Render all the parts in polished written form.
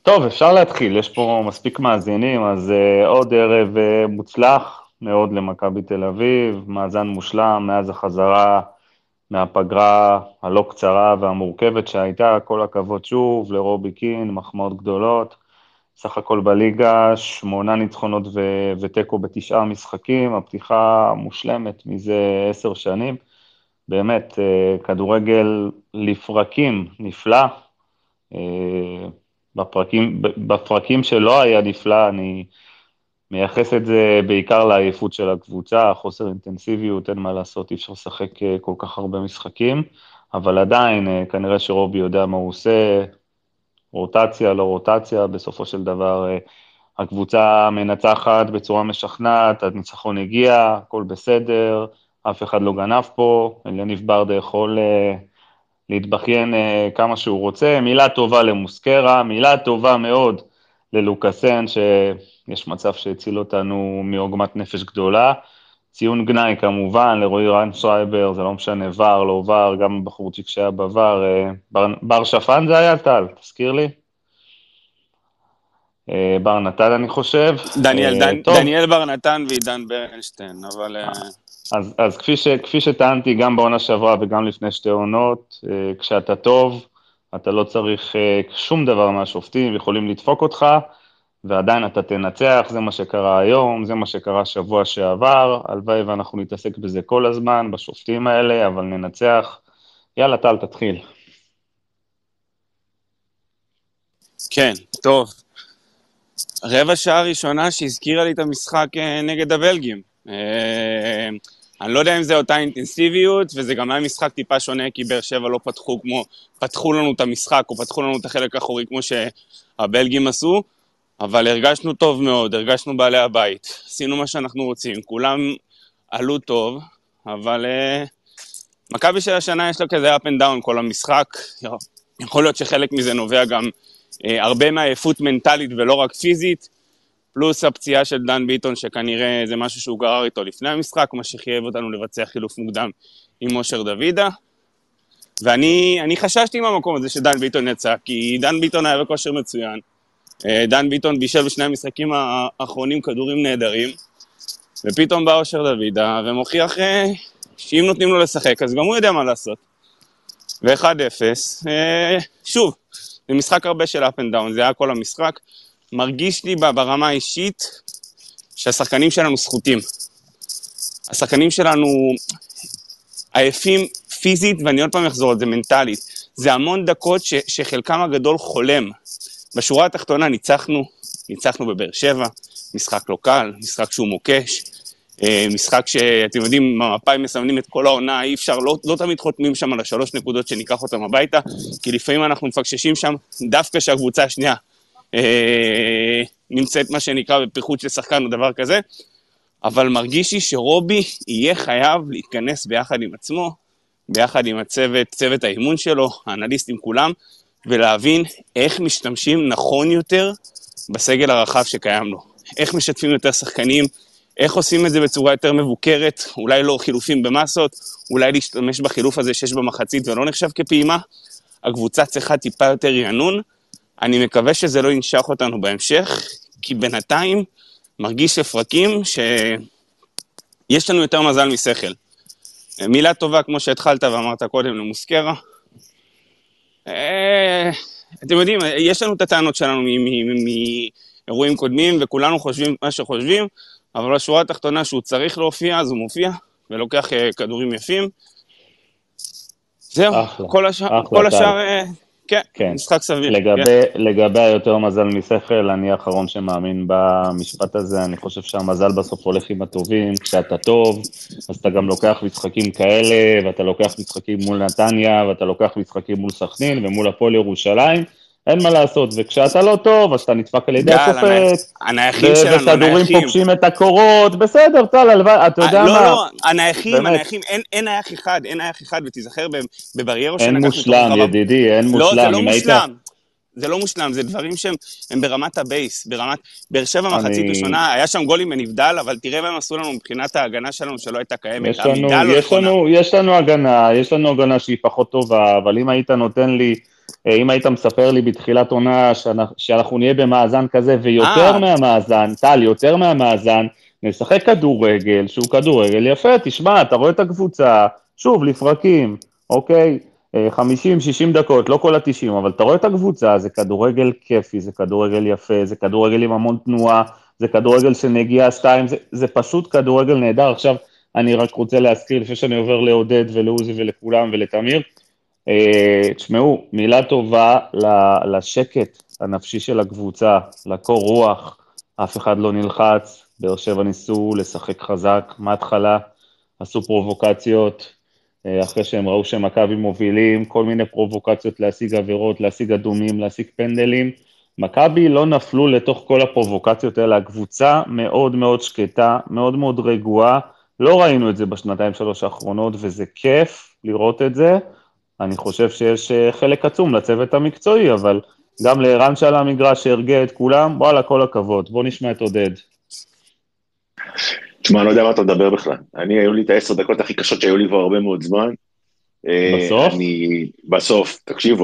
טוב, אפשר להתחיל, יש פה מספיק מאזינים, אז עוד ערב מוצלח מאוד למכבי תל אביב, מאזן מושלם מאז החזרה מהפגרה הלא קצרה והמורכבת שהייתה, כל הכבוד שוב לרובי קין, מחמאות גדולות, סך הכל בליגה 8 ניצחונות ותיקו ב9 משחקים, הפתיחה מושלמת מזה 10 שנים, באמת כדורגל לפרקים נפלא, בפרקים שלא היה נפלא, אני מייחס את זה בעיקר לעייפות של הקבוצה, חוסר אינטנסיביות, אין מה לעשות, אי אפשר לשחק כל כך הרבה משחקים, אבל עדיין כנראה שרובי יודע מה הוא עושה, רוטציה, לא רוטציה, בסופו של דבר הקבוצה מנצחת בצורה משכנעת, הניצחון הגיע, הכל בסדר, אף אחד לא גנב פה, אליניב ברדה יכול להתבכיין כמה שהוא רוצה, מילה טובה למוסקרה, מילה טובה מאוד ללוקאסן, שיש מצב שהציל אותנו מעוגמת נפש גדולה, ציון גנאי כמובן, לרועי ריינסרייבר, זה לא משנה, ור, לא ור, גם בחורצ'יק שהיה בבר, בר שפן זה היה טל, תזכיר לי? בר נתן אני חושב, טוב. דניאל בר נתן ועידן ברנשטיין, אבל... אז כפי שטענתי גם בעונה שעברה וגם לפני שתי עונות, כשאתה טוב, אתה לא צריך שום דבר מהשופטים, יכולים לדפוק אותך, ועדיין אתה תנצח, זה מה שקרה היום, זה מה שקרה שבוע שעבר, הלוואי ואנחנו נתעסק בזה כל הזמן, בשופטים האלה, אבל ננצח. יאללה, טל, תתחיל. כן, טוב. רבע שעה ראשונה שהזכירה לי את המשחק נגד הבלגים. אני לא יודע אם זה אותה אינטנסיביות, וזה גם היה משחק טיפה שונה, כי באר שבע לא פתחו לנו את המשחק, או פתחו לנו את החלק האחורי כמו שהבלגים עשו, אבל הרגשנו טוב מאוד, הרגשנו בעלי הבית, עשינו מה שאנחנו רוצים, כולם עלו טוב, אבל מכבי של השנה יש לה כזה up and down כל המשחק, יכול להיות שחלק מזה נובע גם הרבה מהעייפות מנטלית ולא רק פיזית, פלוס הפציעה של דן ביטון שכנראה זה משהו שהוא גרר איתו לפני המשחק, מה שחייב אותנו לבצע חילוף מוקדם עם מושר דוידה, ואני חששתי עם המקום הזה שדן ביטון יצא, כי דן ביטון היה בכושר מצוין, דן ביטון בישל בשני המשחקים האחרונים כדורים נהדרים, ופתאום בא מושר דוידה ומוכיח שאם נותנים לו לשחק אז גם הוא יודע מה לעשות. ו-1-0, שוב, זה משחק הרבה של up and down, זה היה כל המשחק, מרגיש לי ברמה האישית שהשחקנים שלנו זכותים. השחקנים שלנו עייפים פיזית, ואני עוד פעם אחזור על זה מנטלית. זה המון דקות שחלקם הגדול חולם. בשורה התחתונה ניצחנו בבאר שבע, משחק לא קל, משחק שהוא מוקש, משחק שאתם יודעים, מפאי מסמנים את כל העונה, אי אפשר, לא תמיד חותמים שם על 3 נקודות שניקח אותם הביתה, כי לפעמים אנחנו מפקששים שם, דווקא שהקבוצה השנייה נמצאת מה שנקרא בפיחות של שחקן או דבר כזה, אבל מרגיש לי שרובי יהיה חייב להתכנס ביחד עם עצמו, ביחד עם צוות האימון שלו, האנליסטים כולם, ולהבין איך משתמשים נכון יותר בסגל הרחב שקיים לו. איך משתפים יותר שחקנים, איך עושים את זה בצורה יותר מבוקרת, אולי לא חילופים במסות, אולי להשתמש בחילוף הזה שיש במחצית ולא נחשב כפעימה, הקבוצה צריכה טיפה יותר רענון, אני מקווה שזה לא ינשך אותנו בהמשך, כי בינתיים מרגיש לפרקים שיש לנו יותר מזל משכל. מילה טובה כמו שהתחלת ואמרת קודם למוסקרה, אתם יודעים, יש לנו את הטענות שלנו מאירועים קודמים, וכולנו חושבים מה שחושבים, אבל בשורה התחתונה שהוא צריך להופיע, אז הוא מופיע, ולוקח כדורים יפים. זהו, כל השאר, כן, משחק סביר. לגבי היותר מזל משכל, אני האחרון שמאמין במשפט הזה, אני חושב שהמזל בסוף הולך עם הטובים, כשאתה טוב, אז אתה גם לוקח משחקים כאלה, ואתה לוקח משחקים מול נתניה, ואתה לוקח משחקים מול סכנין, ומול הפועל ירושלים, אין מה לעשות, וכשאתה לא טוב, אז אתה נדפק על ידי השופט, וכדורים פוגשים את הקורות, בסדר, טל, אתה יודע מה? לא, הנייחים, אין נייח אחד, ותיזכר בבריירו אין מושלם, ידידי, אין מושלם. לא, זה לא מושלם. זה לא מושלם, זה דברים שהם ברמת הבייס, ברמת באר שבע מחצית ראשונה, היה שם גולים בנבדל, אבל תראה מה הם עשו לנו מבחינת ההגנה שלנו שלא הייתה קיימת. יש לנו הגנה שהיא פחות טובה, אבל אם היית נותן לי אם היית מספר לי בתחילת עונה שאנחנו נהיה במאזן כזה ויותר אה, מהמאזן, טל, יותר מהמאזן, נשחק כדורגל, שהוא כדורגל יפה, תשמע, אתה רואה את הקבוצה, שוב, לפרקים, אוקיי, 50-60 דקות, לא כל ה-90, אבל אתה רואה את הקבוצה, זה כדורגל כיפי, זה כדורגל יפה, זה כדורגל עם המון תנועה, זה כדורגל של נגיעה 2, זה פשוט כדורגל נהדר. עכשיו, אני רק רוצה להזכיר, לפני שאני עובר לעודד ולעוזי ולכולם ולתמיר, תשמעו, מילה טובה לשקט הנפשי של הקבוצה, לקור רוח, אף אחד לא נלחץ, באר שבע ניסו לשחק חזק, מההתחלה עשו פרובוקציות, אחרי שהם ראו שמכבי מובילים, כל מיני פרובוקציות להשיג עבירות, להשיג אדומים, להשיג פנדלים, מכבי לא נפלו לתוך כל הפרובוקציות האלה, הקבוצה מאוד מאוד שקטה, מאוד מאוד רגועה, לא ראינו את זה בשנתיים שלוש האחרונות, וזה כיף לראות את זה, אני חושב שיש חלק עצום לצוות המקצועי, אבל גם לערן שעל המגרש שהרגיע את כולם, וואלה, כל הכבוד. בוא נשמע את עודד. תשמע, אני לא יודע מה אתה מדבר בכלל. היו לי את ה10 דקות הכי קשות שהיו לי כבר הרבה מאוד זמן. בסוף? אני, בסוף, תקשיבו,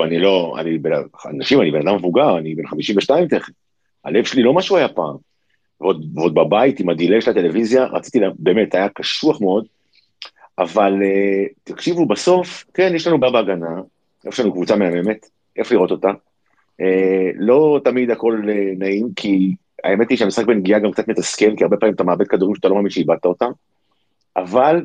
אני בן אדם מבוגר, אני בן 52 תכף. הלב שלי לא מה שהוא היה פעם. ועוד בבית עם הדילי של הטלוויזיה, באמת, היה קשוח מאוד, אבל תקשיבו, בסוף, כן, יש לנו בהגנה, יש לנו קבוצה מהממת, איפה לראות אותה? לא תמיד הכל נעים, כי האמת היא שהמשחק בנגיעה גם קצת מתסכל, כי הרבה פעמים אתה מאבד כדורים שאתה לא מאמין שאיבדת אותם, אבל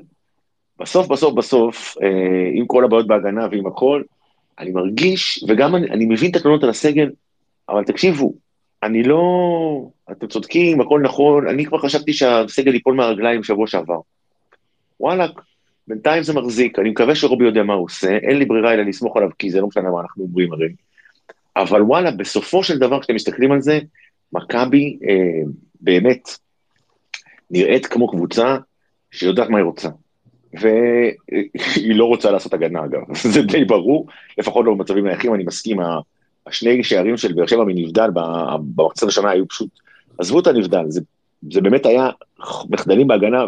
בסוף, עם כל הבעיות בהגנה ועם הכל, אני מרגיש, וגם אני מבין את התלונות על הסגל, אבל תקשיבו, אני לא, אתם צודקים, הכל נכון, אני כבר חשבתי שהסגל ייפול מהרגליים שבוע שעבר. וואלכ, בינתיים זה מחזיק, אני מקווה שרובי יודע מה הוא עושה, אין לי ברירה אלא לסמוך עליו, כי זה לא משנה מה אנחנו אומרים הרי. אבל וואלה, בסופו של דבר, כשאתם מסתכלים על זה, מכבי באמת נראית כמו קבוצה שיודעת מה היא רוצה. והיא לא רוצה לעשות הגנה, אגב. זה די ברור, לפחות לא במצבים נייחים, אני מסכים, השני שערים של באר שבע מנבדל במחצית השנה היו פשוט, עזבו את הנבדל, זה באמת היה מחדלים בהגנה,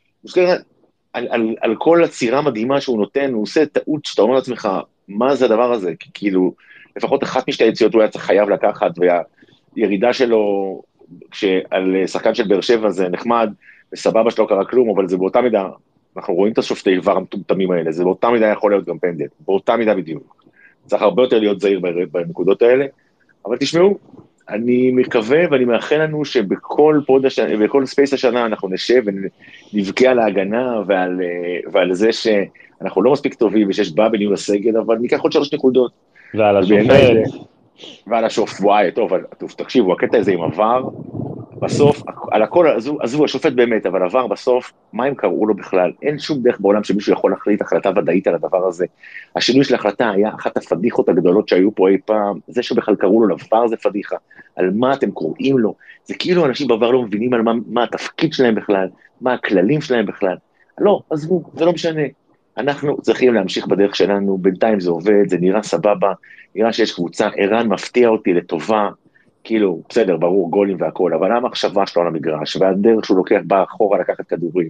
על כל הצירה מדהימה שהוא נותן, הוא עושה טעות שאתה אומר לעצמך, מה זה הדבר הזה? כי כאילו, לפחות אחת משתי היציאות הוא היה צריך חייב לקחת, והירידה שלו, כשעל שחקן של באר שבע זה נחמד, וסבבה שלא קרה כלום, אבל זה באותה מידה, אנחנו רואים את השופטי עבר המטומטמים האלה, זה באותה מידה יכול להיות גם פנדל, באותה מידה בדיוק. צריך הרבה יותר להיות זהיר בנקודות האלה, אבל תשמעו, אני מקווה ואני מאחל לנו שבכל בכל ספייס השנה אנחנו נשב ונבכה על ההגנה ועל זה שאנחנו לא מספיק טובים ושיש בעיה בניהול הסגל, אבל ניקח עוד 3 נקודות. ועל ובעיניי זה, השופט. ועל השופט, וואי, טוב, תקשיבו, הקטע הזה עם עבר, בסוף, על הכל, עזבו, השופט באמת, אבל עבר בסוף, מה הם קראו לו בכלל? אין שום דרך בעולם שמישהו יכול להחליט החלטה ודאית על הדבר הזה. השינוי של ההחלטה היה אחת הפדיחות הגדולות שהיו פה אי פעם, זה שבכלל קראו לו לעבר זה פדיחה, על מה אתם קוראים לו, זה כאילו אנשים בעבר לא מבינים על מה התפקיד שלהם בכלל, מה הכללים שלהם בכלל. לא, עזבו, זה לא משנה. אנחנו צריכים להמשיך בדרך שלנו, בינתיים זה עובד, זה נראה סבבה, נראה שיש קבוצה, ערן מפתיע אותי לטובה, כאילו, בסדר, ברור, גולים והכל, אבל המחשבה שלו על המגרש, והדרך שהוא לוקח באחורה לקחת כדורים,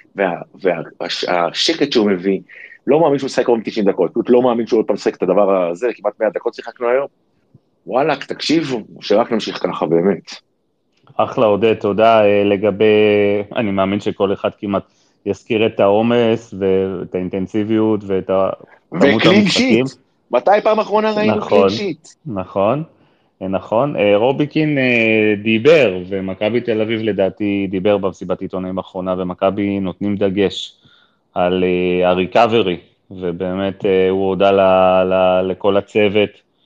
והשקט שהוא מביא, לא מאמין שהוא שחק עוד 90 דקות, פשוט לא מאמין שהוא עוד פעם שחק את הדבר הזה, כמעט 100 דקות שיחקנו היום. וואלה, תקשיבו, שרק נמשיך ככה, באמת. אחלה עודד, תודה. לגבי, אני מאמין שכל אחד כמעט יזכיר את העומס ואת האינטנסיביות ואת כמות וקלין המשחקים. שיט, מתי פעם אחרונה ראינו קלין נכון, שיט? נכון, נכון. רוביקין דיבר, ומכבי תל אביב לדעתי דיבר במסיבת עיתונאים האחרונה, ומכבי נותנים דגש על הריקאברי, ובאמת הוא הודע לכל הצוות,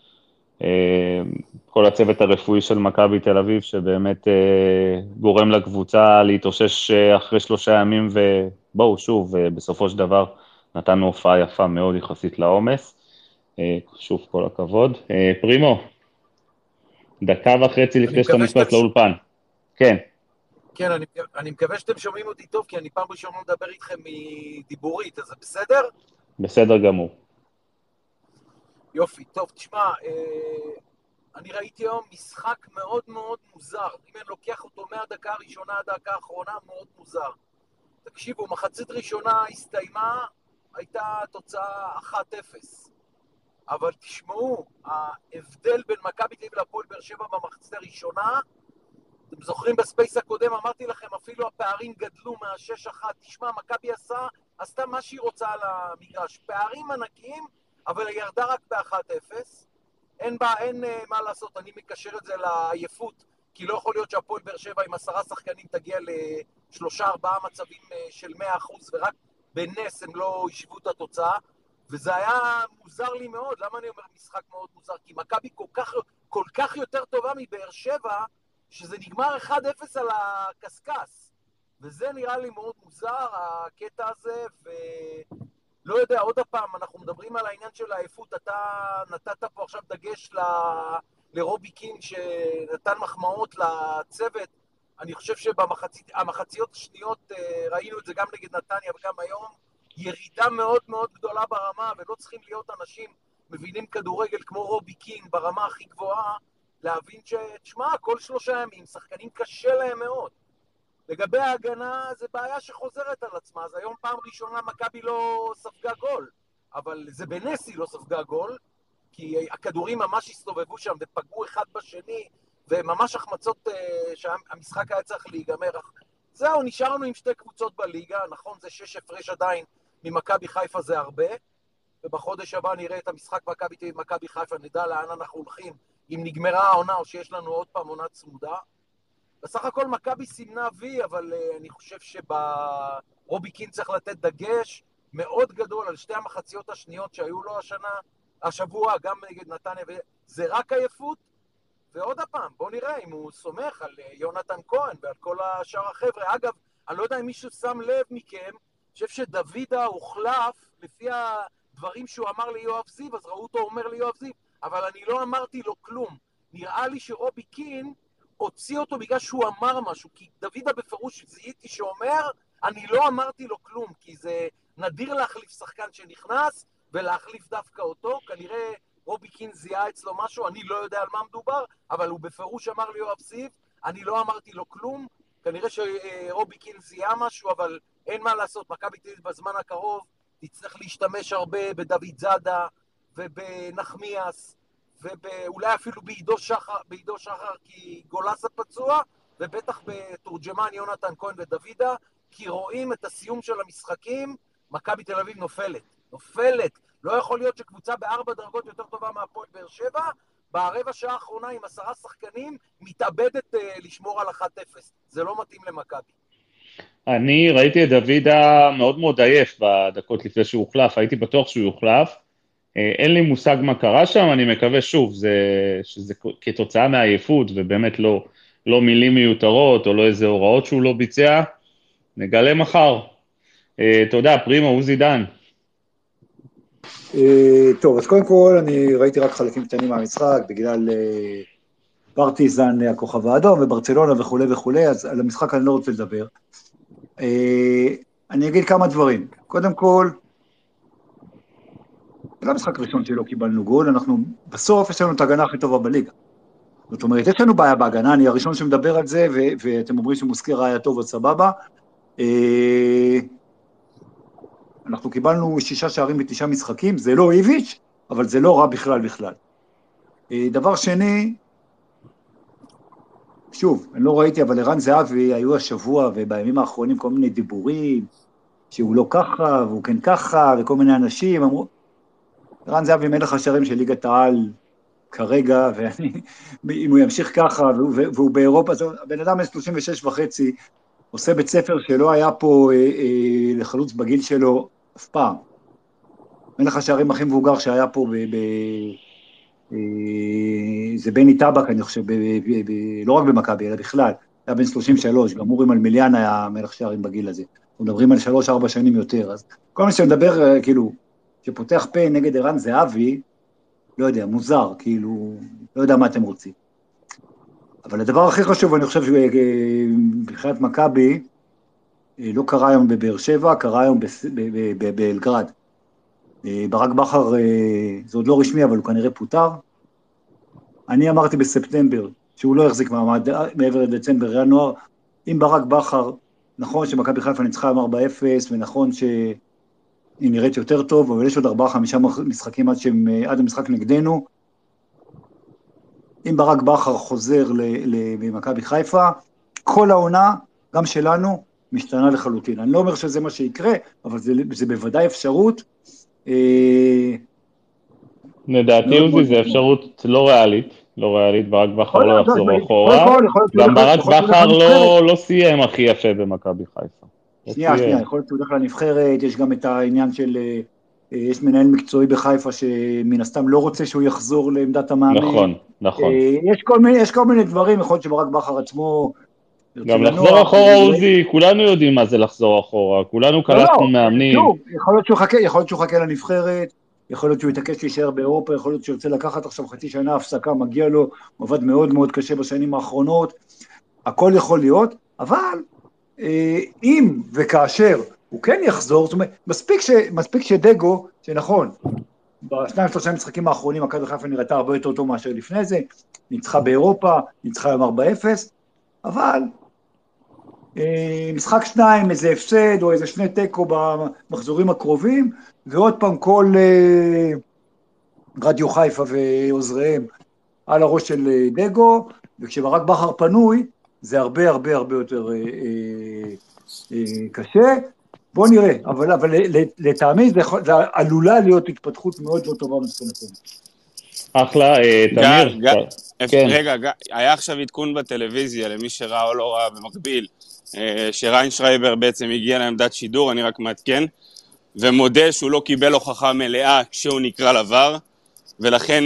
כל הצוות הרפואי של מכבי תל אביב, שבאמת גורם לקבוצה להתאושש אחרי 3 ימים, ובואו שוב, בסופו של דבר נתנו הופעה יפה מאוד יחסית לעומס, שוב כל הכבוד. פרימו, 1.5 דקות לפני שאתה נכנס לאולפן. כן. כן, אני מקווה שאתם שומעים אותי טוב, כי אני פעם ראשונה מדבר איתכם מדיבורית, אז זה בסדר? בסדר גמור. יופי, טוב, תשמע, אני ראיתי היום משחק מאוד מאוד מוזר. אם אני לוקח אותו מהדקה הראשונה עד הדקה האחרונה, מאוד מוזר. תקשיבו, מחצית ראשונה הסתיימה, הייתה תוצאה 1-0. אבל תשמעו, ההבדל בין מכבי תל אביב להפועל באר שבע במחצית הראשונה, אתם זוכרים בספייס הקודם, אמרתי לכם, אפילו הפערים גדלו מה-6-1, תשמע, מכבי עשתה מה שהיא רוצה על המגרש, פערים ענקיים, אבל היא ירדה רק ב-1-0, אין מה לעשות, אני מקשר את זה לעייפות, כי לא יכול להיות שהפועל באר שבע עם 10 שחקנים תגיע ל3-4 מצבים של 100%, ורק בנס הם לא ישבו את התוצאה, וזה היה מוזר לי מאוד. למה אני אומר משחק מאוד מוזר? כי מכבי כל כך יותר טובה מבאר שבע, שזה נגמר 1-0 על הקסקס, וזה נראה לי מאוד מוזר, הקטע הזה, ולא יודע, עוד הפעם, אנחנו מדברים על העניין של העייפות, אתה נתת פה עכשיו דגש לרובי קין, שנתן מחמאות לצוות, אני חושב שהמחציות השניות, ראינו את זה גם נגד נתניה וגם היום, ירידה מאוד מאוד גדולה ברמה, ולא צריכים להיות אנשים מבינים כדורגל כמו רובי קין ברמה הכי גבוהה, להבין שתשמע, כל 3 ימים, שחקנים קשה להם מאוד. לגבי ההגנה, זה בעיה שחוזרת על עצמה, אז היום פעם ראשונה מכבי לא ספגה גול, אבל זה בנסי לא ספגה גול, כי הכדורים ממש הסתובבו שם ופגעו אחד בשני, וממש החמצות שהמשחק היה צריך להיגמר. זהו, נשארנו עם 2 קבוצות בליגה, נכון, זה 6 הפרש עדיין, ממכבי חיפה זה הרבה, ובחודש הבא נראה את המשחק מכבי חיפה, נדע לאן אנחנו הולכים, אם נגמרה העונה או שיש לנו עוד פעם עונה צמודה. בסך הכל מכבי סימנה וי, אבל אני חושב שרובי קין צריך לתת דגש מאוד גדול על 2 המחציות השניות שהיו לו השבוע, גם נגד נתניה, זה רק עייפות, ועוד הפעם, בוא נראה אם הוא סומך על יונתן כהן ועל כל השאר החבר'ה. אגב, אני לא יודע אם מישהו שם לב מכם, אני חושב שדוידה הוחלף לפי הדברים שהוא אמר ליואב זיו, אז ראו אותו אומר ליואב זיו, אבל אני לא אמרתי לו כלום. נראה לי שרובי קין הוציא אותו בגלל שהוא אמר משהו, כי דוידה בפירוש זיהיתי שאומר, אני לא אמרתי לו כלום, כי זה נדיר להחליף שחקן שנכנס, ולהחליף דווקא אותו, כנראה רובי קין זיהה אצלו משהו, אני לא יודע על מה מדובר, אבל הוא בפירוש אמר לי יואב זיו, אני לא אמרתי לו כלום, כנראה שרובי קין זיהה משהו, אבל אין מה לעשות, מכבי תל אביב בזמן הקרוב תצטרך להשתמש הרבה בדוד זאדה ובנחמיאס, ואולי אפילו בעידו שחר כי גולס הפצוע, ובטח בתורג'מן יונתן כהן ודוידה, כי רואים את הסיום של המשחקים, מכבי תל אביב נופלת. לא יכול להיות שקבוצה ב4 דרגות יותר טובה מהפועל באר שבע, ברבע שעה האחרונה עם 10 שחקנים, מתאבדת לשמור על 1-0. זה לא מתאים למכבי. אני ראיתי את דוידה מאוד מאוד עייף בדקות לפני שהוא הוחלף, הייתי בטוח שהוא יוחלף, אין לי מושג מה קרה שם, אני מקווה שוב, שזה כתוצאה מהעייפות, ובאמת לא מילים מיותרות, או לא איזה הוראות שהוא לא ביצע, נגלה מחר. תודה, פרימו, עוזי דן. טוב, אז קודם כל אני ראיתי רק חלקים קטנים מהמשחק, בגלל פרטיזן, הכוכב האדום וברצלונה וכו', אז על המשחק אני לא רוצה לדבר. אני אגיד כמה דברים. קודם כל, זה לא המשחק הראשון שלא קיבלנו גול, אנחנו בסוף יש לנו את ההגנה הכי טובה בליגה. זאת אומרת, יש לנו בעיה בהגנה, אני הראשון שמדבר על זה, ואתם אומרים שמוסקרה היה טוב וסבבה. אנחנו קיבלנו 6 שערים ב9 משחקים, זה לא איביץ', אבל זה לא רע בכלל. דבר שני, שוב, אני לא ראיתי, אבל ערן זהבי היו השבוע ובימים האחרונים כל מיני דיבורים, שהוא לא ככה והוא כן ככה, וכל מיני אנשים אמרו, ערן זהבי מלך השערים של ליגת העל כרגע, ואם הוא ימשיך ככה, והוא באירופה, הבן אדם 36.5, עושה בית ספר שלא היה פה לחלוץ בגיל שלו אף פעם. מלך השערים הכי מבוגר שהיה פה, זה בני טבק, אני חושב, לא רק במכבי, אלא בכלל, היה בן 33, גם אורי מלמיליאן היה מלך שערים בגיל הזה. אנחנו מדברים על 3-4 שנים יותר, אז כל מי שמדבר, כאילו, שפותח פה נגד ערן זהבי, לא יודע, מוזר, כאילו, לא יודע מה אתם רוצים. אבל הדבר הכי חשוב, אני חושב שבחיית מכבי, לא קרה היום בבאר שבע, קרה היום בבלגרד. ברק בכר, זה עוד לא רשמי, אבל הוא כנראה פוטר. אני אמרתי בספטמבר, שהוא לא יחזיק מעמד מעבר לדצמבר, ינואר, אם ברק בכר, נכון שמכבי חיפה ניצחה עם 4-0, ונכון היא נראית יותר טוב, אבל יש עוד 4-5 משחקים עד המשחק נגדנו. אם ברק בכר חוזר למכבי חיפה, כל העונה, גם שלנו, משתנה לחלוטין. אני לא אומר שזה מה שיקרה, אבל זה בוודאי אפשרות. לדעתי עוזי זה אפשרות לא ריאלית, ברק בכר לא יחזור אחורה, גם ברק בכר לא סיים הכי יפה במכבי חיפה. שנייה, יכול להיות שהוא הולך לנבחרת, יש גם את העניין של, יש מנהל מקצועי בחיפה שמן הסתם לא רוצה שהוא יחזור לעמדת המאמן. נכון. יש כל מיני דברים, יכול להיות שברק בכר עצמו... גם לחזור אחורה עוזי, כולנו יודעים מה זה לחזור אחורה, כולנו קלטנו מאמנים. יכול להיות שהוא חכה לנבחרת, יכול להיות שהוא יתעקש להישאר באירופה, יכול להיות שהוא ירצה לקחת עכשיו חצי שנה הפסקה, מגיע לו, הוא עבד מאוד מאוד קשה בשנים האחרונות, הכל יכול להיות, אבל אם וכאשר הוא כן יחזור, זאת אומרת, מספיק שדגו, שנכון, ב2-3 משחקים האחרונים, מכבי חיפה נראתה הרבה יותר טוב מאשר לפני זה, ניצחה באירופה, ניצחה עם 4-0, אבל משחק 2, איזה הפסד או איזה 2 תיקו במחזורים הקרובים, ועוד פעם כל רדיו חיפה ועוזריהם על הראש של דגו, וכשברק בכר פנוי, זה הרבה יותר קשה. בוא נראה, אבל לטעמי זה עלולה להיות התפתחות מאוד לא טובה מבחינתנו. אחלה, תמיר. רגע, היה עכשיו עדכון בטלוויזיה, למי שראה או לא ראה במקביל, שריינשרייבר בעצם הגיע לעמדת שידור, אני רק מעדכן, ומודה שהוא לא קיבל הוכחה מלאה כשהוא נקרא לבר, ולכן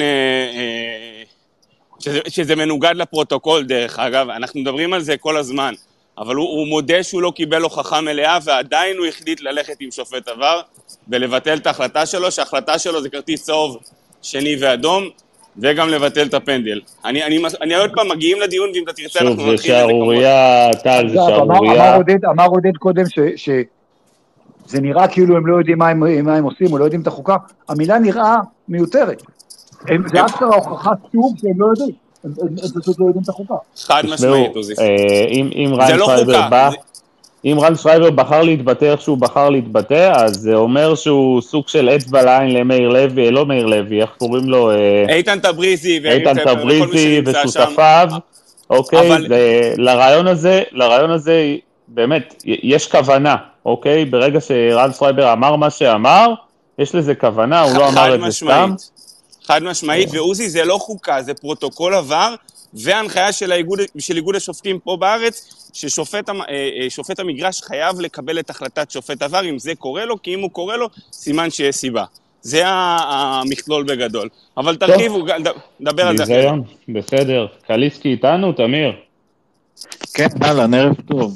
שזה מנוגד לפרוטוקול דרך אגב, אנחנו מדברים על זה כל הזמן, אבל הוא מודה שהוא לא קיבל הוכחה מלאה, ועדיין הוא החליט ללכת עם שופט עבר, ולבטל את ההחלטה שלו, שההחלטה שלו זה כרטיס צהוב שני ואדום, וגם לבטל את הפנדל. אני עוד פעם מגיעים לדיון, ואם אתה תרצה אנחנו נתחיל את זה כמובן. שערוריה, טל, זה שערוריה. אמר עודד קודם שזה נראה כאילו הם לא יודעים מה הם עושים, או לא יודעים את החוקה. המילה נראה מיותרת. זה אקטר ההוכחה שוב שהם לא יודעים. הם פשוט לא יודעים את החוקה. חד משמעית, עוזי. אם רן שרייבר בחר להתבטא איך שהוא בחר להתבטא, אז זה אומר שהוא סוג של אצבע לעין למאיר לוי, לא מאיר לוי, איך קוראים לו? איתן טבריזי ושותפיו, אוקיי? לרעיון הזה, באמת, יש כוונה, אוקיי? ברגע שרן שרייבר אמר מה שאמר, יש לזה כוונה, הוא לא אמר את זה סתם. חד משמעית, ועוזי זה לא חוקה, זה פרוטוקול עבר, וההנחיה של איגוד השופטים פה בארץ, ששופט המגרש חייב לקבל את החלטת שופט עבר, אם זה קורה לו, כי אם הוא קורה לו, סימן שיש סיבה. זה המכלול בגדול. אבל תרחיבו, דבר על זה. ביזיון, בסדר. קליסקי איתנו, תמיר. כן, אהלן, ערב טוב.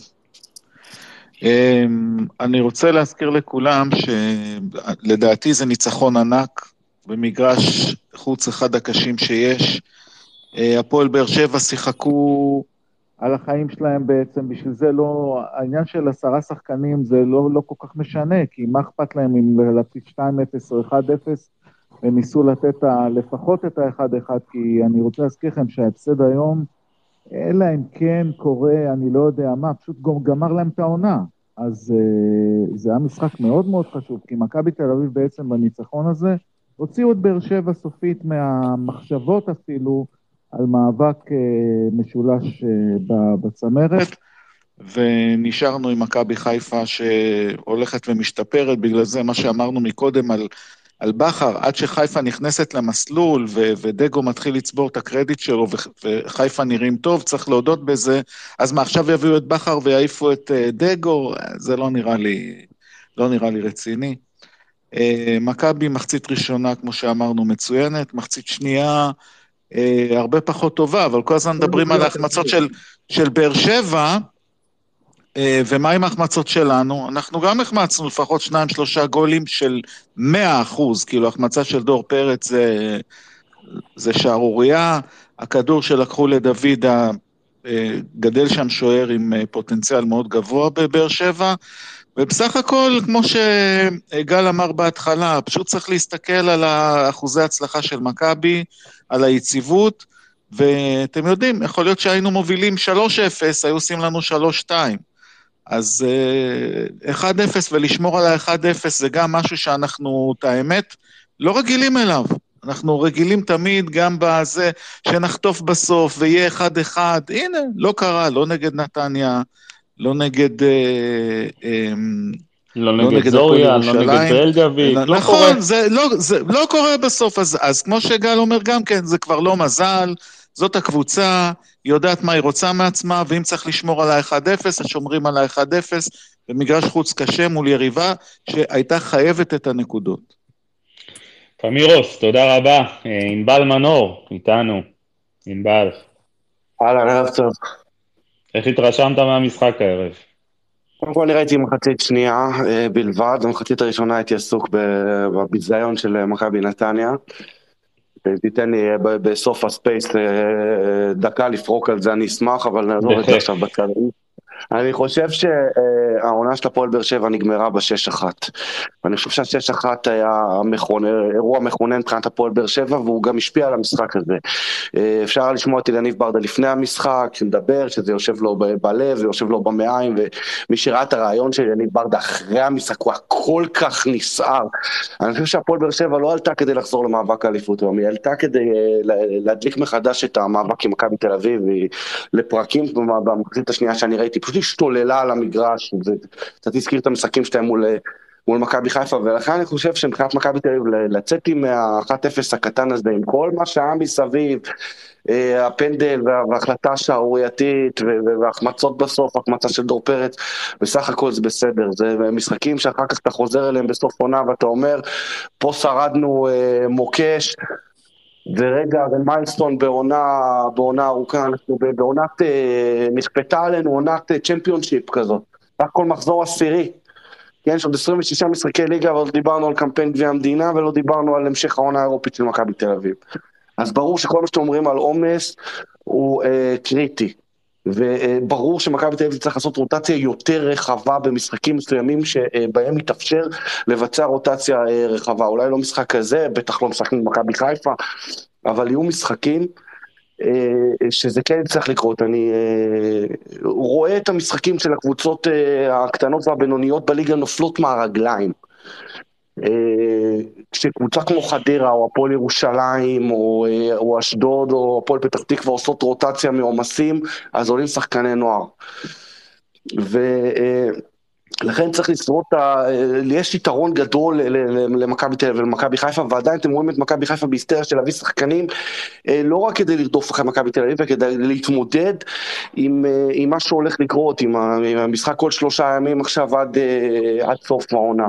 אני רוצה להזכיר לכולם שלדעתי זה ניצחון ענק, במגרש חוץ אחד הקשים שיש. הפועל באר שבע שיחקו על החיים שלהם בעצם, בשביל זה לא, העניין של 10 שחקנים זה לא כל כך משנה, כי מה אכפת להם אם להפסיד 2-0 או 1-0, הם ניסו לתת לפחות את ה-1-1, כי אני רוצה להזכיר לכם שההפסד היום, אלא אם כן קורה, אני לא יודע מה, פשוט גמר להם את העונה, אז זה היה משחק מאוד מאוד חשוב, כי מכבי תל אביב בעצם בניצחון הזה, הוציאו את באר שבע סופית מהמחשבות אפילו, על מאבק משולש בצמרת, ונשארנו עם מכבי חיפה שהולכת ומשתפרת, בגלל זה מה שאמרנו מקודם על בכר, עד שחיפה נכנסת למסלול, ודגו מתחיל לצבור את הקרדיט שלו, וחיפה נראים טוב, צריך להודות בזה, אז מה עכשיו יביאו את בכר ויעיפו את דגו, זה לא נראה לי רציני. מכבי מחצית ראשונה, כמו שאמרנו, מצוינת, מחצית שנייה, הרבה פחות טובה, אבל כל הזמן מדברים על ההחמצות של באר שבע, ומה עם ההחמצות שלנו? אנחנו גם החמצנו לפחות 2-3 גולים של 100%, כאילו ההחמצה של דור פרץ זה שערוריה, הכדור שלקחו לדוד, גדל שם שוער עם פוטנציאל מאוד גבוה בבאר שבע, ובסך הכל, כמו שגל אמר בהתחלה, פשוט צריך להסתכל על אחוזי ההצלחה של מכבי, על היציבות, ואתם יודעים, יכול להיות שהיינו מובילים 3-0, היו עושים לנו 3-2, אז 1-0 ולשמור על ה-1-0 זה גם משהו שאנחנו, את האמת, לא רגילים אליו. אנחנו רגילים תמיד גם בזה שנחטוף בסוף ויהיה 1-1. הנה, לא קרה, לא נגד נתניה, לא נגד... לא לא נגד נגד הפועל זוריה, לא נגד ירושלים. בלגביק, לא קורה. נכון, זה לא קורה בסוף, אז כמו שגל אומר גם כן, זה כבר לא מזל, זאת הקבוצה, היא יודעת מה היא רוצה מעצמה, ואם צריך לשמור על ה-1-0, אז שומרים על ה-1-0, במגרש חוץ קשה מול יריבה, שהייתה חייבת את הנקודות. תמירוס, תודה רבה. ענבל מנור, איתנו. ענבל. אהלן, ערב טוב. איך התרשמת מהמשחק הערב? קודם כל אני ראיתי מחצית שנייה בלבד, במחצית הראשונה הייתי עסוק בביזיון של מכבי נתניה. תיתן לי בסוף הספייס דקה לפרוק על זה, אני אשמח, אבל נעזוב את זה עכשיו בצד. אני חושב שהעונה של הפועל באר שבע נגמרה ב-6-1. ואני חושב שה-6-1 היה אירוע מכונן מבחינת הפועל באר שבע, והוא גם השפיע על המשחק הזה. אפשר לשמוע את יניב ברדה לפני המשחק, שמדבר, שזה יושב לו בלב, זה יושב לו במעיים, ומי שראה את הרעיון של יניב ברדה אחרי המשחק, הוא היה כל כך נסער. אני חושב שהפועל באר שבע לא עלתה כדי לחזור למאבק האליפות, היא עלתה כדי להדליק מחדש את המאבק עם מכבי תל אביב, לפרקים במחצית השנייה שאני ראיתי, פשוט השתוללה על המגרש, קצת הזכיר את המשחקים שלהם מול מכבי חיפה, ולכן אני חושב שמבחינת מכבי תל אביב, לצאת עם ה-1-0 הקטן הזה, עם כל מה שהיה מסביב, הפנדל וההחלטה שערורייתית, והחמצות בסוף, החמצה של דור פרץ, בסך הכל זה בסדר, זה משחקים שאחר כך אתה חוזר אליהם בסוף עונה, ואתה אומר, פה שרדנו מוקש, ורגע, ומיילסטון בעונה ארוכה, אנחנו בעונת, נכפתה עלינו עונת צ'מפיונשיפ כזאת, רק כל מחזור עשירי, כן, יש עוד 26 משחקי ליגה, אבל דיברנו על קמפיין גביע המדינה, ולא דיברנו על המשך העונה האירופית של מכבי תל אביב. אז ברור שכל מה שאתם אומרים על עומס, הוא קריטי, וברור שמכבי תל אביב צריך לעשות רוטציה יותר רחבה במשחקים מסוימים שבהם מתאפשר לבצע רוטציה רחבה, אולי לא משחק כזה, בטח לא משחקים במכבי חיפה, אבל יהיו משחקים שזה כן צריך לקרות. אני רואה את המשחקים של הקבוצות הקטנות והבינוניות בליגה נופלות מהרגליים, כשקבוצה כמו חדרה או הפועל ירושלים או אשדוד או הפועל פתח תקווה עושות רוטציה מעומסים, אז עולים שחקני נוער, ולכן צריך לסרות, יש יתרון גדול למכבי תל אביב ולמכבי חיפה, ועדיין אתם רואים את מכבי חיפה בהיסטריה של להביא שחקנים לא רק כדי לרדוף אחרי מכבי תל אביב, וכדי להתמודד עם מה שהולך לקרות, עם המשחק כל 3 ימים עכשיו עד סוף העונה.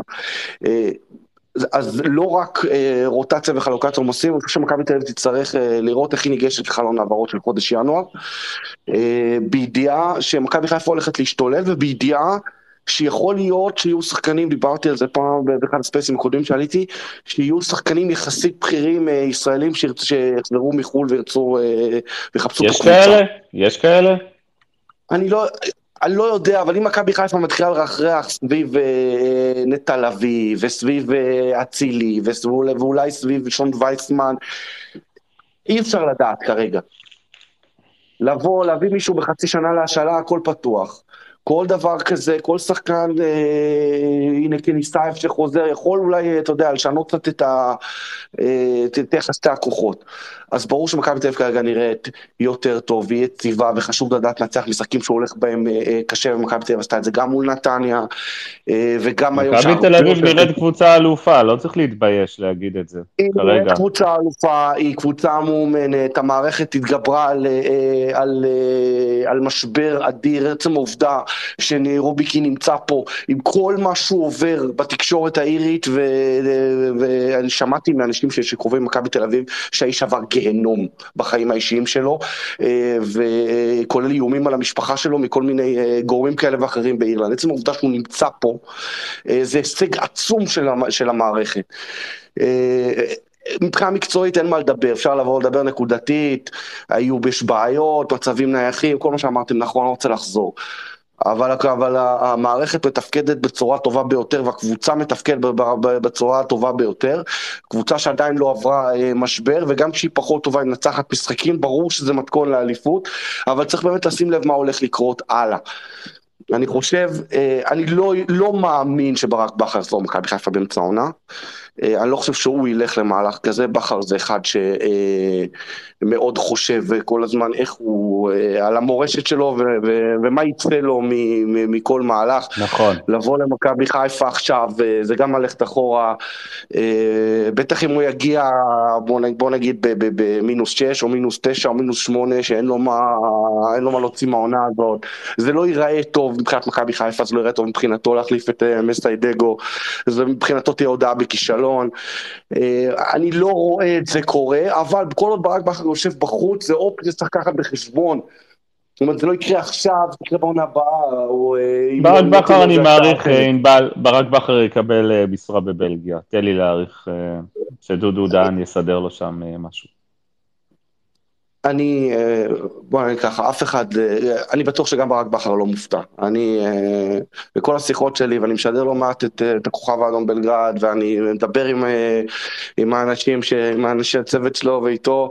אז לא רק רוטציה וחלוקת עומסים, אני חושב שמכבי תל אביב תצטרך לראות איך היא ניגשת לחלון העברות של חודש ינואר, בידיעה שמכבי חיפה הולכת להשתולל, ובידיעה שיכול להיות שיהיו שחקנים, דיברתי על זה פעם באחד הספייסים הקודמים שעליתי, שיהיו שחקנים יחסית בכירים ישראלים שיחזרו מחול וירצו וחפשו את הקבוצה. יש כאלה? אני לא יודע, אבל אם מכבי חיפה מתחילה לרחרח סביב נטע לביא, וסביב אצילי, ואולי סביב שון וייסמן, אי אפשר לדעת כרגע. להביא מישהו בחצי שנה להשאלה, הכל פתוח. כל דבר כזה, כל שחקן, הנה כניסייף שחוזר, יכול אולי, אתה יודע, לשנות קצת את יחסי הכוחות. אז ברור שמכבי תל אביב כרגע נראית יותר טוב, והיא יציבה, וחשוב לדעת לנצח משחקים שהולך בהם קשה, ומכבי תל אביב עשתה את זה גם מול נתניה, וגם היום מכבי תל אביב נראית קבוצה אלופה, לא צריך להתבייש להגיד את זה, כרגע. היא נראית קבוצה אלופה, היא קבוצה מאומנת, המערכת התגברה על משבר אדיר, עצם העובדה שנרוביקי נמצא פה, עם כל מה שהוא עובר בתקשורת האירית, ואני שמעתי מאנשים שקרובים מכבי תל אביב, שהאיש עבר גיהנום בחיים האישיים שלו, וכולל איומים על המשפחה שלו, מכל מיני גורמים כאלה ואחרים באירלנד. עצם העובדה שהוא נמצא פה, זה הישג עצום של המערכת. מבחינה מקצועית אין מה לדבר, אפשר לבוא לדבר נקודתית, היו בעיות, מצבים נייחים, כל מה שאמרתם נכון, אני רוצה לחזור. אבל המערכת מתפקדת בצורה טובה ביותר, והקבוצה מתפקדת בצורה הטובה ביותר, קבוצה שעדיין לא עברה משבר, וגם כשהיא פחות טובה היא מנצחת משחקים, ברור שזה מתכון לאליפות, אבל צריך באמת לשים לב מה הולך לקרות הלאה. אני חושב, אני לא מאמין שברק בכר יחזור מכבי חיפה באמצע העונה. אני לא חושב שהוא ילך למהלך כזה. בכר זה אחד שמאוד חושב כל הזמן איך הוא, על המורשת שלו ומה יצא לו מכל מהלך. נכון. לבוא למכבי חיפה עכשיו, זה גם ללכת אחורה, בטח אם הוא יגיע, בוא נגיד במינוס 6 או מינוס 9 או מינוס 8, שאין לו מה להוציא מהעונה הזאת, זה לא ייראה טוב מבחינת מכבי חיפה, זה לא ייראה טוב מבחינתו להחליף את מסיידגו, זה מבחינתו תהיה הודעה בכישלון. אני לא רואה את זה קורה, אבל כל עוד ברק בכר יושב בחוץ, זה אופציה שצריך לקחת בחשבון. זאת אומרת, זה לא יקרה עכשיו, זה יקרה בעונה הבאה, או... ברק בכר, אני מעריך, ברק בכר יקבל משרה בבלגיה. תן לי להעריך שדודו דהן יסדר לו שם משהו. בוא נגיד ככה, אף אחד, אני בטוח שגם ברק בכר לא מופתע. בכל השיחות שלי, ואני משדר לא מעט את הכוכב האדום בלגרד, ואני מדבר עם האנשים, עם האנשי הצוות שלו ואיתו,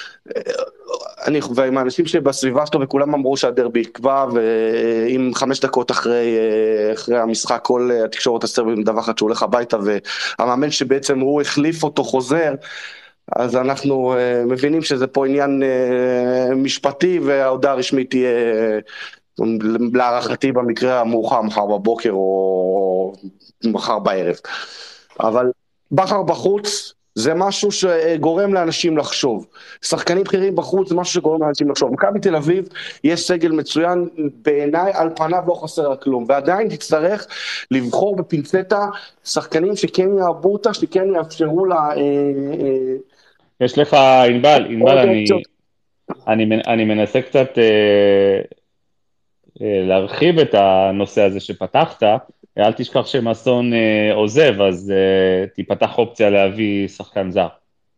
ועם האנשים שבסביבה שלו, וכולם אמרו שהדרבי יקבע, ועם 5 דקות אחרי המשחק, כל התקשורת הסרבית מדווחת שהוא הולך הביתה, והמאמן שבעצם הוא החליף אותו חוזר, אז אנחנו מבינים שזה פה עניין משפטי, וההודעה הרשמית תהיה להערכתי במקרה המאוחר, מחר בבוקר או מחר בערב. אבל בכר בחוץ זה משהו שגורם לאנשים לחשוב. שחקנים בכירים בחוץ זה משהו שגורם לאנשים לחשוב. מכבי תל אביב יש סגל מצוין, בעיניי על פניו לא חסר כלום, ועדיין תצטרך לבחור בפינצטה שחקנים שכן יאהבו אותה, שכן יאפשרו לה... יש לך, ענבל, אני מנסה קצת להרחיב את הנושא הזה שפתחת, אל תשכח שמסון עוזב, אז תיפתח אופציה להביא שחקן זר.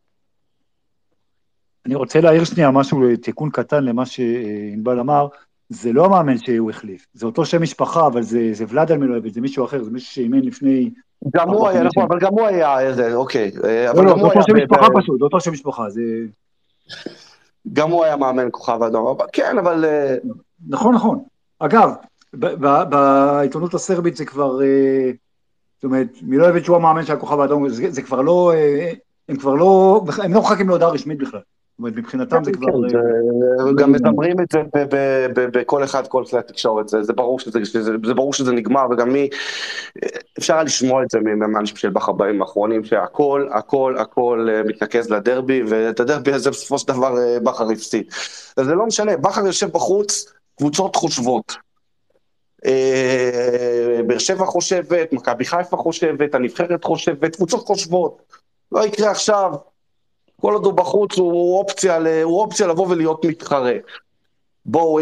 אני רוצה להעיר שנייה משהו, תיקון קטן למה שענבל אמר, זה לא המאמן שהוא החליף, זה אותו שם משפחה, אבל זה ולאד אלמילוביץ', זה מישהו אחר, זה מישהו שאימן לפני... גם הוא היה, נכון, אבל גם הוא היה איזה, אוקיי. לא, זה אותו שם משפחה פשוט, זה אותו שם משפחה, זה... גם הוא היה מאמן כוכב האדום, כן, אבל... נכון. אגב, בעיתונות הסרבית זה כבר... זאת אומרת, מילוביץ' הוא המאמן של הכוכב האדום, זה כבר לא... הם לא מחכים להודעה רשמית בכלל. זאת אומרת, מבחינתם זה כבר... גם מדברים את זה בכל אחד, כל כלי התקשורת, זה ברור שזה נגמר, וגם אפשר לשמוע את זה מהאנשים של בכר בימים האחרונים, שהכל מתנקז לדרבי, ואת הדרבי הזה בסופו של דבר בכר הפסיד. אז זה לא משנה, בכר יושב בחוץ, קבוצות חושבות. באר שבע חושבת, מכבי חיפה חושבת, הנבחרת חושבת, קבוצות חושבות. לא יקרה עכשיו. כל עוד הוא בחוץ הוא אופציה לבוא ולהיות מתחרה. בואו,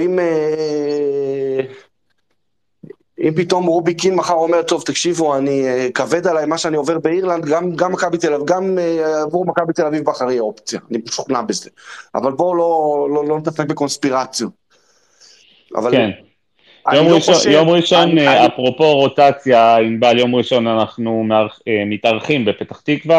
אם פתאום רובי קין מחר אומר, טוב, תקשיבו, אני כבד עליי מה שאני עובר באירלנד, גם מכבי תל אביב, גם עבור מכבי תל אביב בחר יהיה אופציה, אני משוכנע בזה. אבל בואו לא נתעסק בקונספירציות. כן. יום ראשון, אפרופו רוטציה, ענבל, יום ראשון אנחנו מתארחים בפתח תקווה,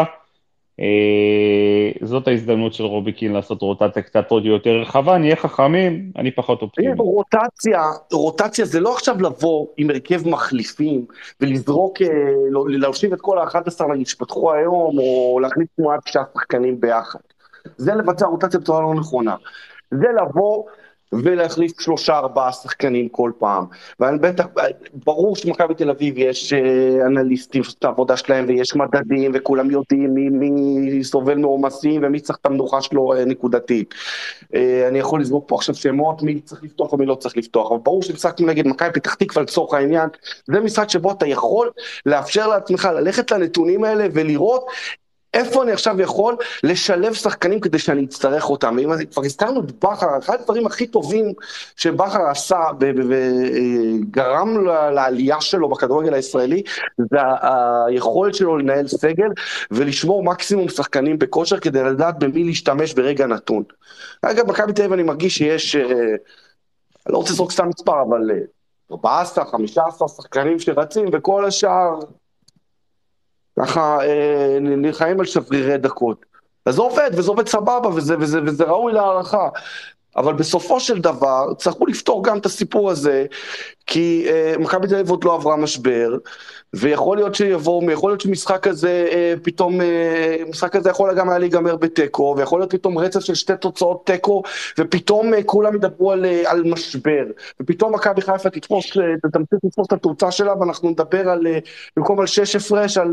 זאת ההזדמנות של רובי קין לעשות רוטציה קצת עוד יותר רחבה, נהיה חכמים, אני פחות אופטימי. רוטציה זה לא עכשיו לבוא עם הרכב מחליפים, ולזרוק, להושיב את כל ה-11 שפתחו היום, או להכניס תנועת 9 שחקנים ביחד. זה לבצע רוטציה בצורה לא נכונה. זה לבוא ולהחליף 3-4 שחקנים כל פעם. ובטח, ברור שמכבי תל אביב יש אנליסטים שאת העבודה שלהם, ויש מדדים, וכולם יודעים מי סובל מעומסים, ומי צריך את המנוחה שלו נקודתית. אני יכול לזרוק פה עכשיו שמות, מי צריך לפתוח ומי לא צריך לפתוח, אבל ברור שמשחק נגד מכבי פתח תקווה לצורך העניין, זה משחק שבו אתה יכול לאפשר לעצמך ללכת לנתונים האלה, ולראות איפה אני עכשיו יכול לשלב שחקנים כדי שאני אצטרך אותם. כבר הזכרנו את בכר, אחד הדברים הכי טובים שבכר עשה וגרם לעלייה שלו בכדורגל הישראלי, זה היכולת שלו לנהל סגל ולשמור מקסימום שחקנים בכושר כדי לדעת במי להשתמש ברגע נתון. אגב, מכבי תל אביב אני מרגיש שיש, אני לא רוצה לזרוק סתם מספר, אבל 14, 15 שחקנים שרצים, וכל השאר ככה נלחיים על שברירי דקות. אז זה עובד, וזה עובד סבבה, וזה ראוי להערכה. אבל בסופו של דבר צריכו לפתור גם את הסיפור הזה, כי מכבי תל אביב עוד לא עברה משבר, ויכול להיות יכול להיות שמשחק הזה פתאום, משחק הזה יכול גם היה להיגמר בטקו, ויכול להיות פתאום רצף של 2 תוצאות טקו, ופתאום כולם ידברו על משבר, ופתאום מכבי חיפה תמשיך לתפוס את התאוצה שלה, ואנחנו נדבר על, במקום על 6 הפרש, על